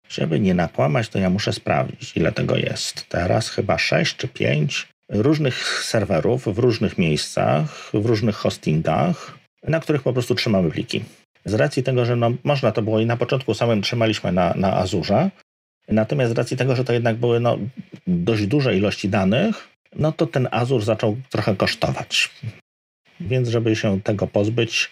Żeby nie nakłamać, to ja muszę sprawdzić, ile tego jest. Teraz chyba 6 czy 5 różnych serwerów w różnych miejscach, w różnych hostingach, na których po prostu trzymamy pliki. Z racji tego, że można to było i na początku samym trzymaliśmy na Azurze, natomiast z racji tego, że to jednak były dość duże ilości danych, to ten Azure zaczął trochę kosztować. Więc żeby się tego pozbyć,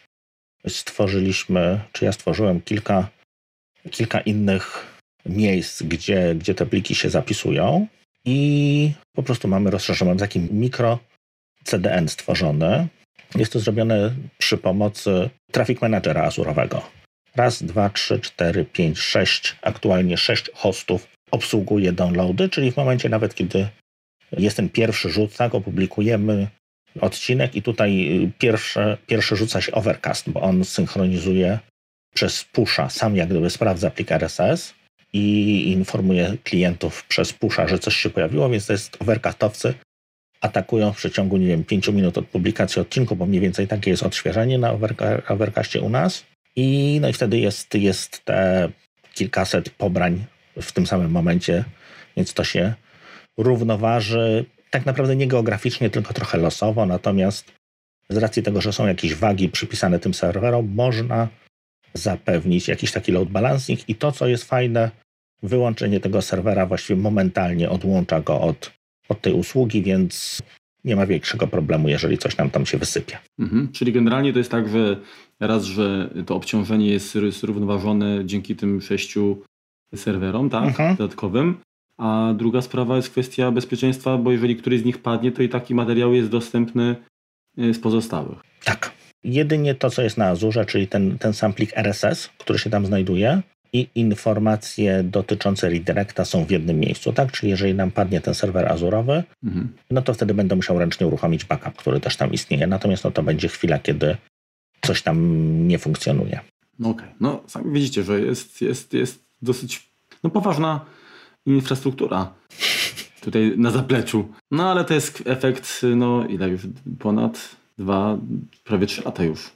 ja stworzyłem kilka innych miejsc, gdzie te pliki się zapisują i po prostu mamy rozszerzony taki mikro CDN stworzony. Jest to zrobione przy pomocy Traffic Managera Azure'owego. 1, 2, 3, 4, 5, 6, aktualnie 6 hostów obsługuje downloady, czyli w momencie nawet, kiedy jest ten pierwszy rzut, tak, opublikujemy odcinek i tutaj pierwszy rzuca się Overcast, bo on synchronizuje przez pusha, sam jak gdyby sprawdza plik RSS i informuje klientów przez pusha, że coś się pojawiło, więc to jest overcastowcy atakują w przeciągu, 5 minut od publikacji odcinku, bo mniej więcej takie jest odświeżenie na Overcastie u nas i wtedy jest te kilkaset pobrań w tym samym momencie, więc to się równoważy tak naprawdę nie geograficznie, tylko trochę losowo, natomiast z racji tego, że są jakieś wagi przypisane tym serwerom, można zapewnić jakiś taki load balancing i to, co jest fajne, wyłączenie tego serwera właściwie momentalnie odłącza go od tej usługi, więc nie ma większego problemu, jeżeli coś nam tam się wysypie. Czyli generalnie to jest tak, że że to obciążenie jest zrównoważone dzięki tym 6 serwerom, tak, dodatkowym, a druga sprawa jest kwestia bezpieczeństwa, bo jeżeli któryś z nich padnie, to i taki materiał jest dostępny z pozostałych. Tak. Jedynie to, co jest na Azurze, czyli ten sam plik RSS, który się tam znajduje i informacje dotyczące redirecta są w jednym miejscu, tak? Czyli jeżeli nam padnie ten serwer azurowy, to wtedy będę musiał ręcznie uruchomić backup, który też tam istnieje. Natomiast to będzie chwila, kiedy coś tam nie funkcjonuje. Okej. Sami widzicie, że jest dosyć poważna infrastruktura tutaj na zapleczu. Ale to jest efekt, ile już? Ponad 2, prawie 3 lata już.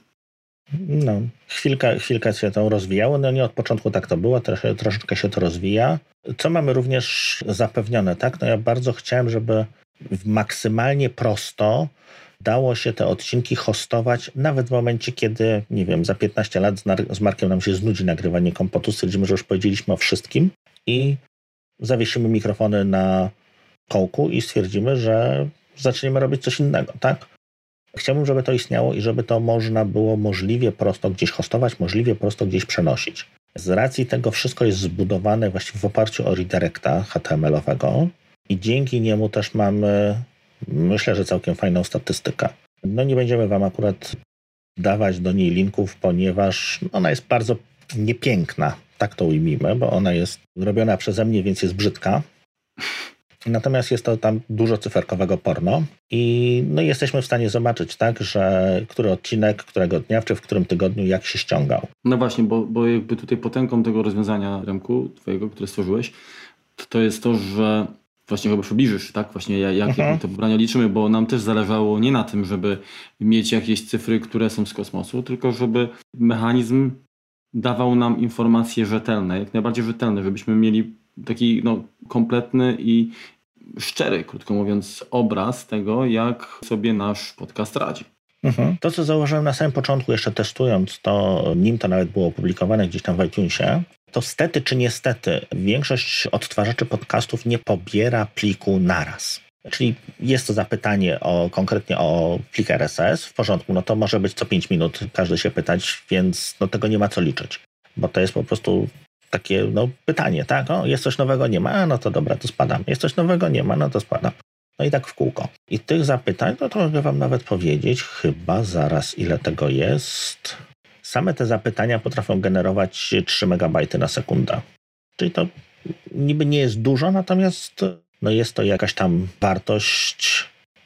Chwilkę się to rozwijało. Nie od początku tak to było, troszeczkę się to rozwija. Co mamy również zapewnione, tak? Ja bardzo chciałem, żeby maksymalnie prosto dało się te odcinki hostować, nawet w momencie, kiedy, za 15 lat z Markiem nam się znudzi nagrywanie kompotu, stwierdzimy, że już powiedzieliśmy o wszystkim i zawiesimy mikrofony na kołku i stwierdzimy, że zaczniemy robić coś innego, tak? Chciałbym, żeby to istniało i żeby to można było możliwie prosto gdzieś hostować, możliwie prosto gdzieś przenosić. Z racji tego wszystko jest zbudowane właściwie w oparciu o redirecta HTML-owego i dzięki niemu też mamy, myślę, że całkiem fajną statystykę. Nie będziemy wam akurat dawać do niej linków, ponieważ ona jest bardzo niepiękna, tak to ujmijmy, bo ona jest robiona przeze mnie, więc jest brzydka. Natomiast jest to tam dużo cyferkowego porno i jesteśmy w stanie zobaczyć, tak, że który odcinek, którego dnia, czy w którym tygodniu, jak się ściągał. Właśnie, bo jakby tutaj potęgą tego rozwiązania, Remku, twojego, które stworzyłeś, to jest to, że właśnie chyba przybliżysz, tak, właśnie jak te pobrania liczymy, bo nam też zależało nie na tym, żeby mieć jakieś cyfry, które są z kosmosu, tylko żeby mechanizm dawał nam informacje rzetelne, jak najbardziej rzetelne, żebyśmy mieli taki kompletny i szczery, krótko mówiąc, obraz tego, jak sobie nasz podcast radzi. To, co zauważyłem na samym początku, jeszcze testując to, nim to nawet było opublikowane gdzieś tam w iTunesie, to stety czy niestety większość odtwarzaczy podcastów nie pobiera pliku naraz. Czyli jest to zapytanie konkretnie o plik RSS, w porządku, to może być co 5 minut każdy się pytać, więc tego nie ma co liczyć, bo to jest po prostu takie pytanie, tak? Jest coś nowego, nie ma, to dobra, to spadam. Jest coś nowego, nie ma, to spadam. I tak w kółko. I tych zapytań, to mogę wam nawet powiedzieć, chyba zaraz ile tego jest. Same te zapytania potrafią generować 3 MB na sekundę. Czyli to niby nie jest dużo, natomiast jest to jakaś tam wartość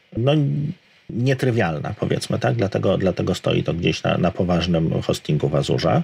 nietrywialna, powiedzmy, tak? Dlatego stoi to gdzieś na poważnym hostingu w Azurze,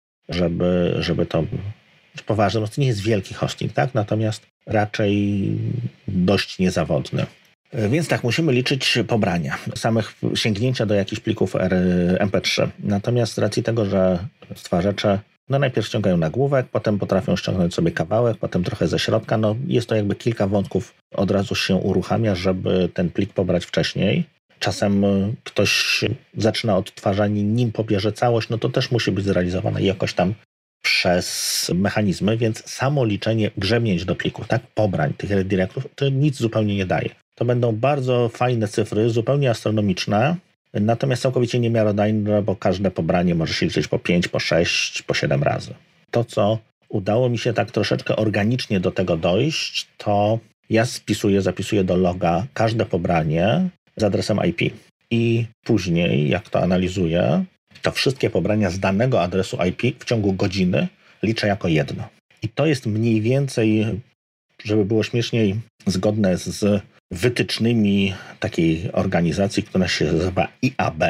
żeby to poważny, to nie jest wielki hosting, tak? Natomiast raczej dość niezawodny. Więc tak, musimy liczyć pobrania, samych sięgnięcia do jakichś plików MP3. Natomiast z racji tego, że stwarzacze No najpierw ściągają nagłówek, potem potrafią ściągnąć sobie kawałek, potem trochę ze środka. No jest to jakby kilka wątków od razu się uruchamia, żeby ten plik pobrać wcześniej. Czasem ktoś zaczyna odtwarzanie, nim pobierze całość, no to też musi być zrealizowane jakoś tam przez mechanizmy, więc samo liczenie grzebnięć do plików, tak, pobrań tych redirectów, to nic zupełnie nie daje. To będą bardzo fajne cyfry, zupełnie astronomiczne, natomiast całkowicie niemiarodajne, bo każde pobranie może się liczyć po 5, po 6, po 7 razy. To, co udało mi się tak troszeczkę organicznie do tego dojść, to ja zapisuję do loga każde pobranie z adresem IP. I później, jak to analizuję, to wszystkie pobrania z danego adresu IP w ciągu godziny liczę jako jedno. I to jest mniej więcej, żeby było śmieszniej, zgodne z wytycznymi takiej organizacji, która się nazywa IAB,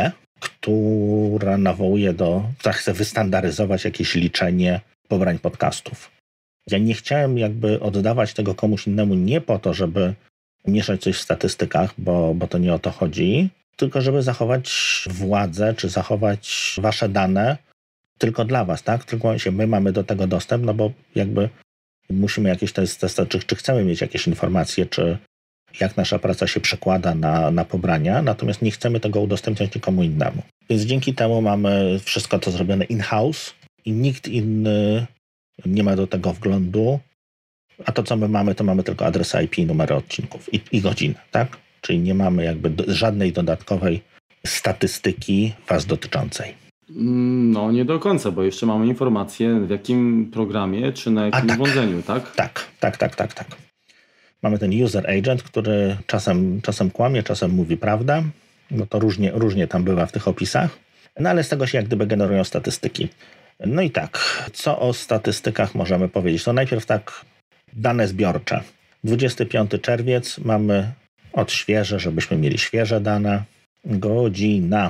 która nawołuje która chce wystandaryzować jakieś liczenie pobrań podcastów. Ja nie chciałem jakby oddawać tego komuś innemu nie po to, żeby mieszać coś w statystykach, bo to nie o to chodzi, tylko żeby zachować władzę, czy zachować wasze dane tylko dla was, tak? Tylko my mamy do tego dostęp, no bo jakby musimy jakieś testy, czy chcemy mieć jakieś informacje, czy jak nasza praca się przekłada na pobrania, natomiast nie chcemy tego udostępniać nikomu innemu. Więc dzięki temu mamy wszystko to zrobione in-house i nikt inny nie ma do tego wglądu, a to co my mamy, to mamy tylko adresy IP, numery odcinków i godziny, tak? Czyli nie mamy jakby żadnej dodatkowej statystyki was dotyczącej. No nie do końca, bo jeszcze mamy informację w jakim programie, czy na jakim urządzeniu, tak? Tak. Mamy ten user agent, który czasem kłamie, czasem mówi prawdę, bo to różnie tam bywa w tych opisach, no ale z tego się jak gdyby generują statystyki. No i tak, co o statystykach możemy powiedzieć? To najpierw tak dane zbiorcze. 25 czerwiec mamy odświeżę, żebyśmy mieli świeże dane. Godzina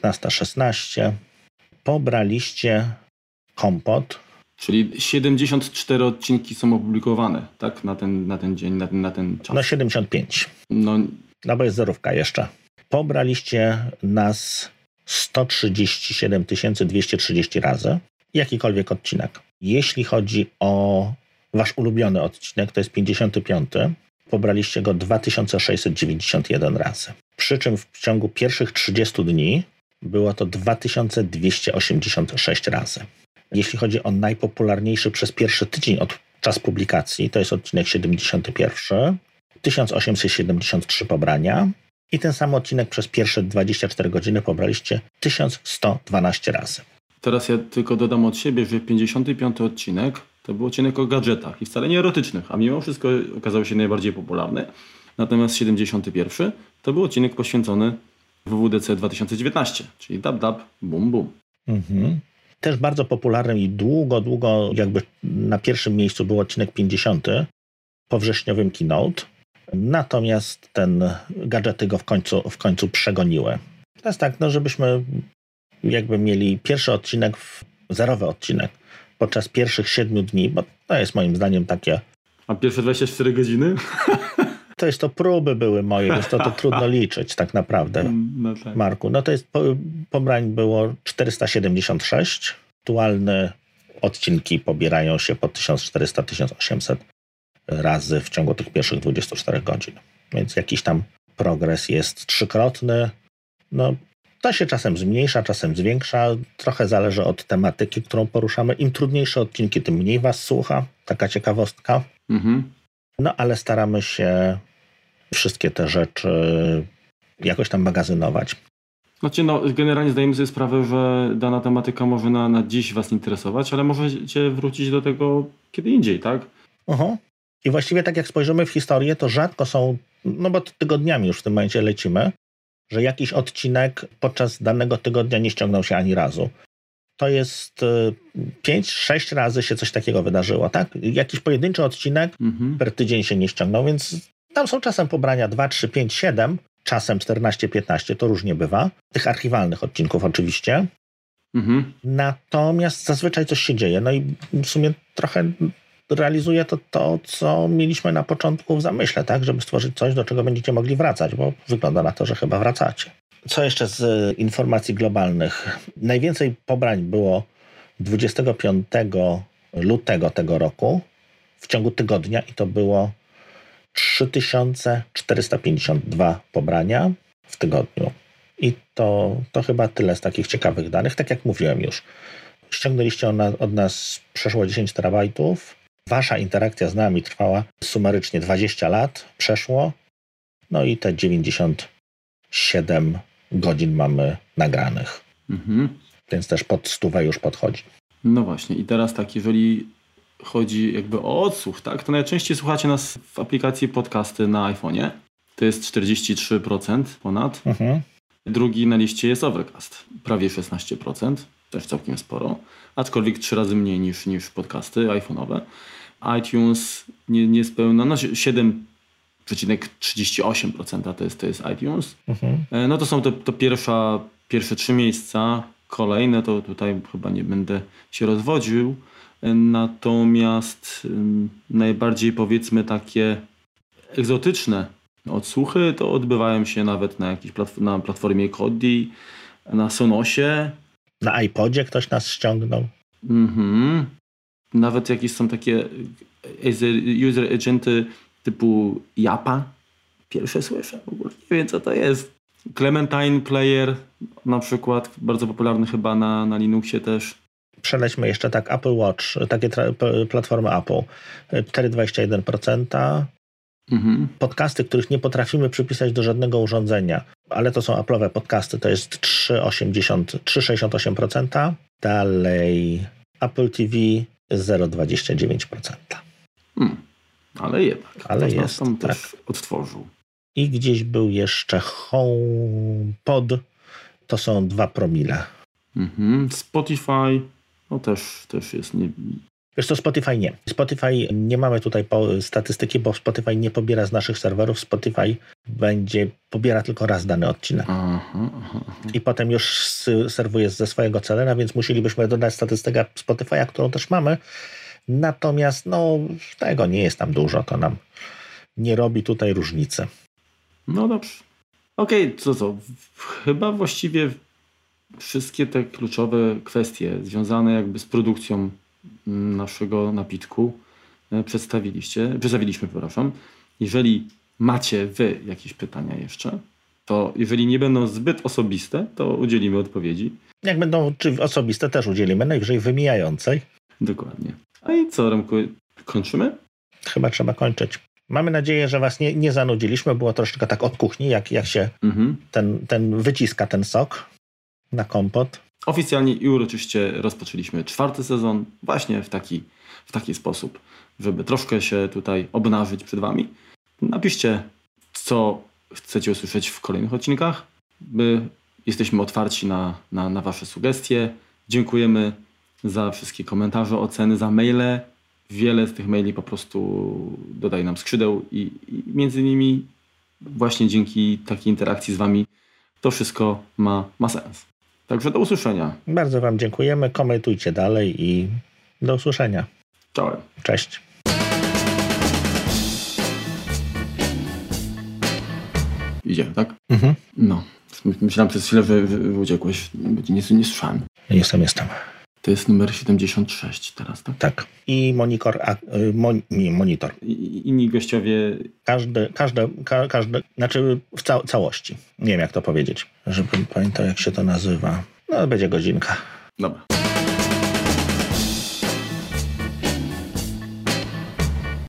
19:16. Pobraliście kompot. Czyli 74 odcinki są opublikowane, tak? Na ten dzień, na ten czas. No 75. No bo jest zerówka jeszcze. Pobraliście nas 137 230 razy. Jakikolwiek odcinek. Jeśli chodzi o wasz ulubiony odcinek, to jest 55. Pobraliście go 2691 razy. Przy czym w ciągu pierwszych 30 dni było to 2286 razy. Jeśli chodzi o najpopularniejszy przez pierwszy tydzień od czas publikacji, to jest odcinek 71, 1873 pobrania i ten sam odcinek przez pierwsze 24 godziny pobraliście 1112 razy. Teraz ja tylko dodam od siebie, że 55 odcinek to był odcinek o gadżetach i wcale nie erotycznych, a mimo wszystko okazał się najbardziej popularny. Natomiast 71 to był odcinek poświęcony WWDC 2019, czyli dab, bum, bum. Mhm. Też bardzo popularnym i długo jakby na pierwszym miejscu był odcinek 50 po wrześniowym keynote. Natomiast gadżety go w końcu przegoniły. Teraz tak, no żebyśmy jakby mieli pierwszy odcinek, zerowy odcinek podczas pierwszych 7 dni, bo to jest moim zdaniem takie... A pierwsze 24 godziny? To próby były moje, więc to trudno liczyć tak naprawdę, no tak. Marku. No to jest, pobrań było 476. Aktualne odcinki pobierają się po 1400-1800 razy w ciągu tych pierwszych 24 godzin. Więc jakiś tam progres jest trzykrotny. No, to się czasem zmniejsza, czasem zwiększa. Trochę zależy od tematyki, którą poruszamy. Im trudniejsze odcinki, tym mniej was słucha. Taka ciekawostka. Mhm. No, ale staramy się wszystkie te rzeczy jakoś tam magazynować. Znaczy, generalnie zdajemy sobie sprawę, że dana tematyka może na dziś was interesować, ale możecie wrócić do tego kiedy indziej, tak? Uh-huh. I właściwie tak jak spojrzymy w historię, to rzadko są, no bo tygodniami już w tym momencie lecimy, że jakiś odcinek podczas danego tygodnia nie ściągnął się ani razu. To jest 5-6 razy się coś takiego wydarzyło, tak? Jakiś pojedynczy odcinek per tydzień się nie ściągnął, więc tam są czasem pobrania 2, 3, 5, 7, czasem 14, 15, to różnie bywa. Tych archiwalnych odcinków oczywiście. Natomiast zazwyczaj coś się dzieje. No i w sumie trochę realizuje to, co mieliśmy na początku w zamyśle, tak? Żeby stworzyć coś, do czego będziecie mogli wracać, bo wygląda na to, że chyba wracacie. Co jeszcze z informacji globalnych? Najwięcej pobrań było 25 lutego tego roku w ciągu tygodnia i to było 3452 pobrania w tygodniu. I to chyba tyle z takich ciekawych danych. Tak jak mówiłem już, ściągnęliście od nas przeszło 10 terabajtów. Wasza interakcja z nami trwała sumarycznie 20 lat, przeszło. No i te 97 godzin mamy nagranych. Więc też pod 100 już podchodzi. No właśnie. I teraz tak, jeżeli chodzi jakby o odsłuch, tak, to najczęściej słuchacie nas w aplikacji podcasty na iPhone'ie. To jest 43% ponad. Drugi na liście jest Overcast. Prawie 16%. Też całkiem sporo. Aczkolwiek 3 razy mniej niż podcasty iPhone'owe. iTunes niespełna, 7,38% to jest iTunes. No to są to pierwsze 3 miejsca. Kolejne to tutaj chyba nie będę się rozwodził. Natomiast najbardziej powiedzmy takie egzotyczne odsłuchy to odbywają się nawet na jakiejś na platformie Kodi, na Sonosie. Na iPodzie ktoś nas ściągnął. Nawet jakieś są takie user agenty typu Japa. Pierwsze słyszę, w ogóle nie wiem co to jest. Clementine Player na przykład, bardzo popularny chyba na Linuxie też. Przelećmy jeszcze tak Apple Watch, takie platformy Apple. 4,21%. Podcasty, których nie potrafimy przypisać do żadnego urządzenia, ale to są Apple'owe podcasty, to jest 3,68%. Dalej Apple TV 0,29%. Ale jednak. Ale jest, tam tak. też odtworzył. I gdzieś był jeszcze HomePod, to są 2 promile. Spotify, no też jest nie... Wiesz co, Spotify nie. Spotify nie mamy tutaj statystyki, bo Spotify nie pobiera z naszych serwerów. Spotify pobiera tylko raz dany odcinek. I potem już serwuje ze swojego celera, więc musielibyśmy dodać statystykę Spotify'a, którą też mamy. Natomiast tego nie jest tam dużo, to nam nie robi tutaj różnicy. No dobrze. Okej, co? Chyba właściwie wszystkie te kluczowe kwestie związane jakby z produkcją naszego napitku przedstawiliśmy. Jeżeli macie wy jakieś pytania jeszcze, to jeżeli nie będą zbyt osobiste, to udzielimy odpowiedzi. Jak będą osobiste, też udzielimy, najwyżej wymijającej. Dokładnie. A i co, Remku, kończymy? Chyba trzeba kończyć. Mamy nadzieję, że was nie zanudziliśmy. Było troszeczkę tak od kuchni, jak się ten wyciska ten sok na kompot. Oficjalnie i uroczyście rozpoczęliśmy 4. sezon właśnie w taki sposób, żeby troszkę się tutaj obnażyć przed wami. Napiszcie, co chcecie usłyszeć w kolejnych odcinkach. My jesteśmy otwarci na wasze sugestie. Dziękujemy za wszystkie komentarze, oceny, za maile. Wiele z tych maili po prostu dodaje nam skrzydeł i między innymi właśnie dzięki takiej interakcji z wami to wszystko ma sens. Także do usłyszenia. Bardzo wam dziękujemy. Komentujcie dalej i do usłyszenia. Cześć. Idziemy, tak? No. Myślałem przez chwilę, że uciekłeś. Nie słyszałem. Jestem. To jest numer 76 teraz, tak? Tak. I monitor. Inni gościowie... Każdy, znaczy w całości. Nie wiem, jak to powiedzieć, żebym pamiętał, jak się to nazywa. No, będzie godzinka. Dobra.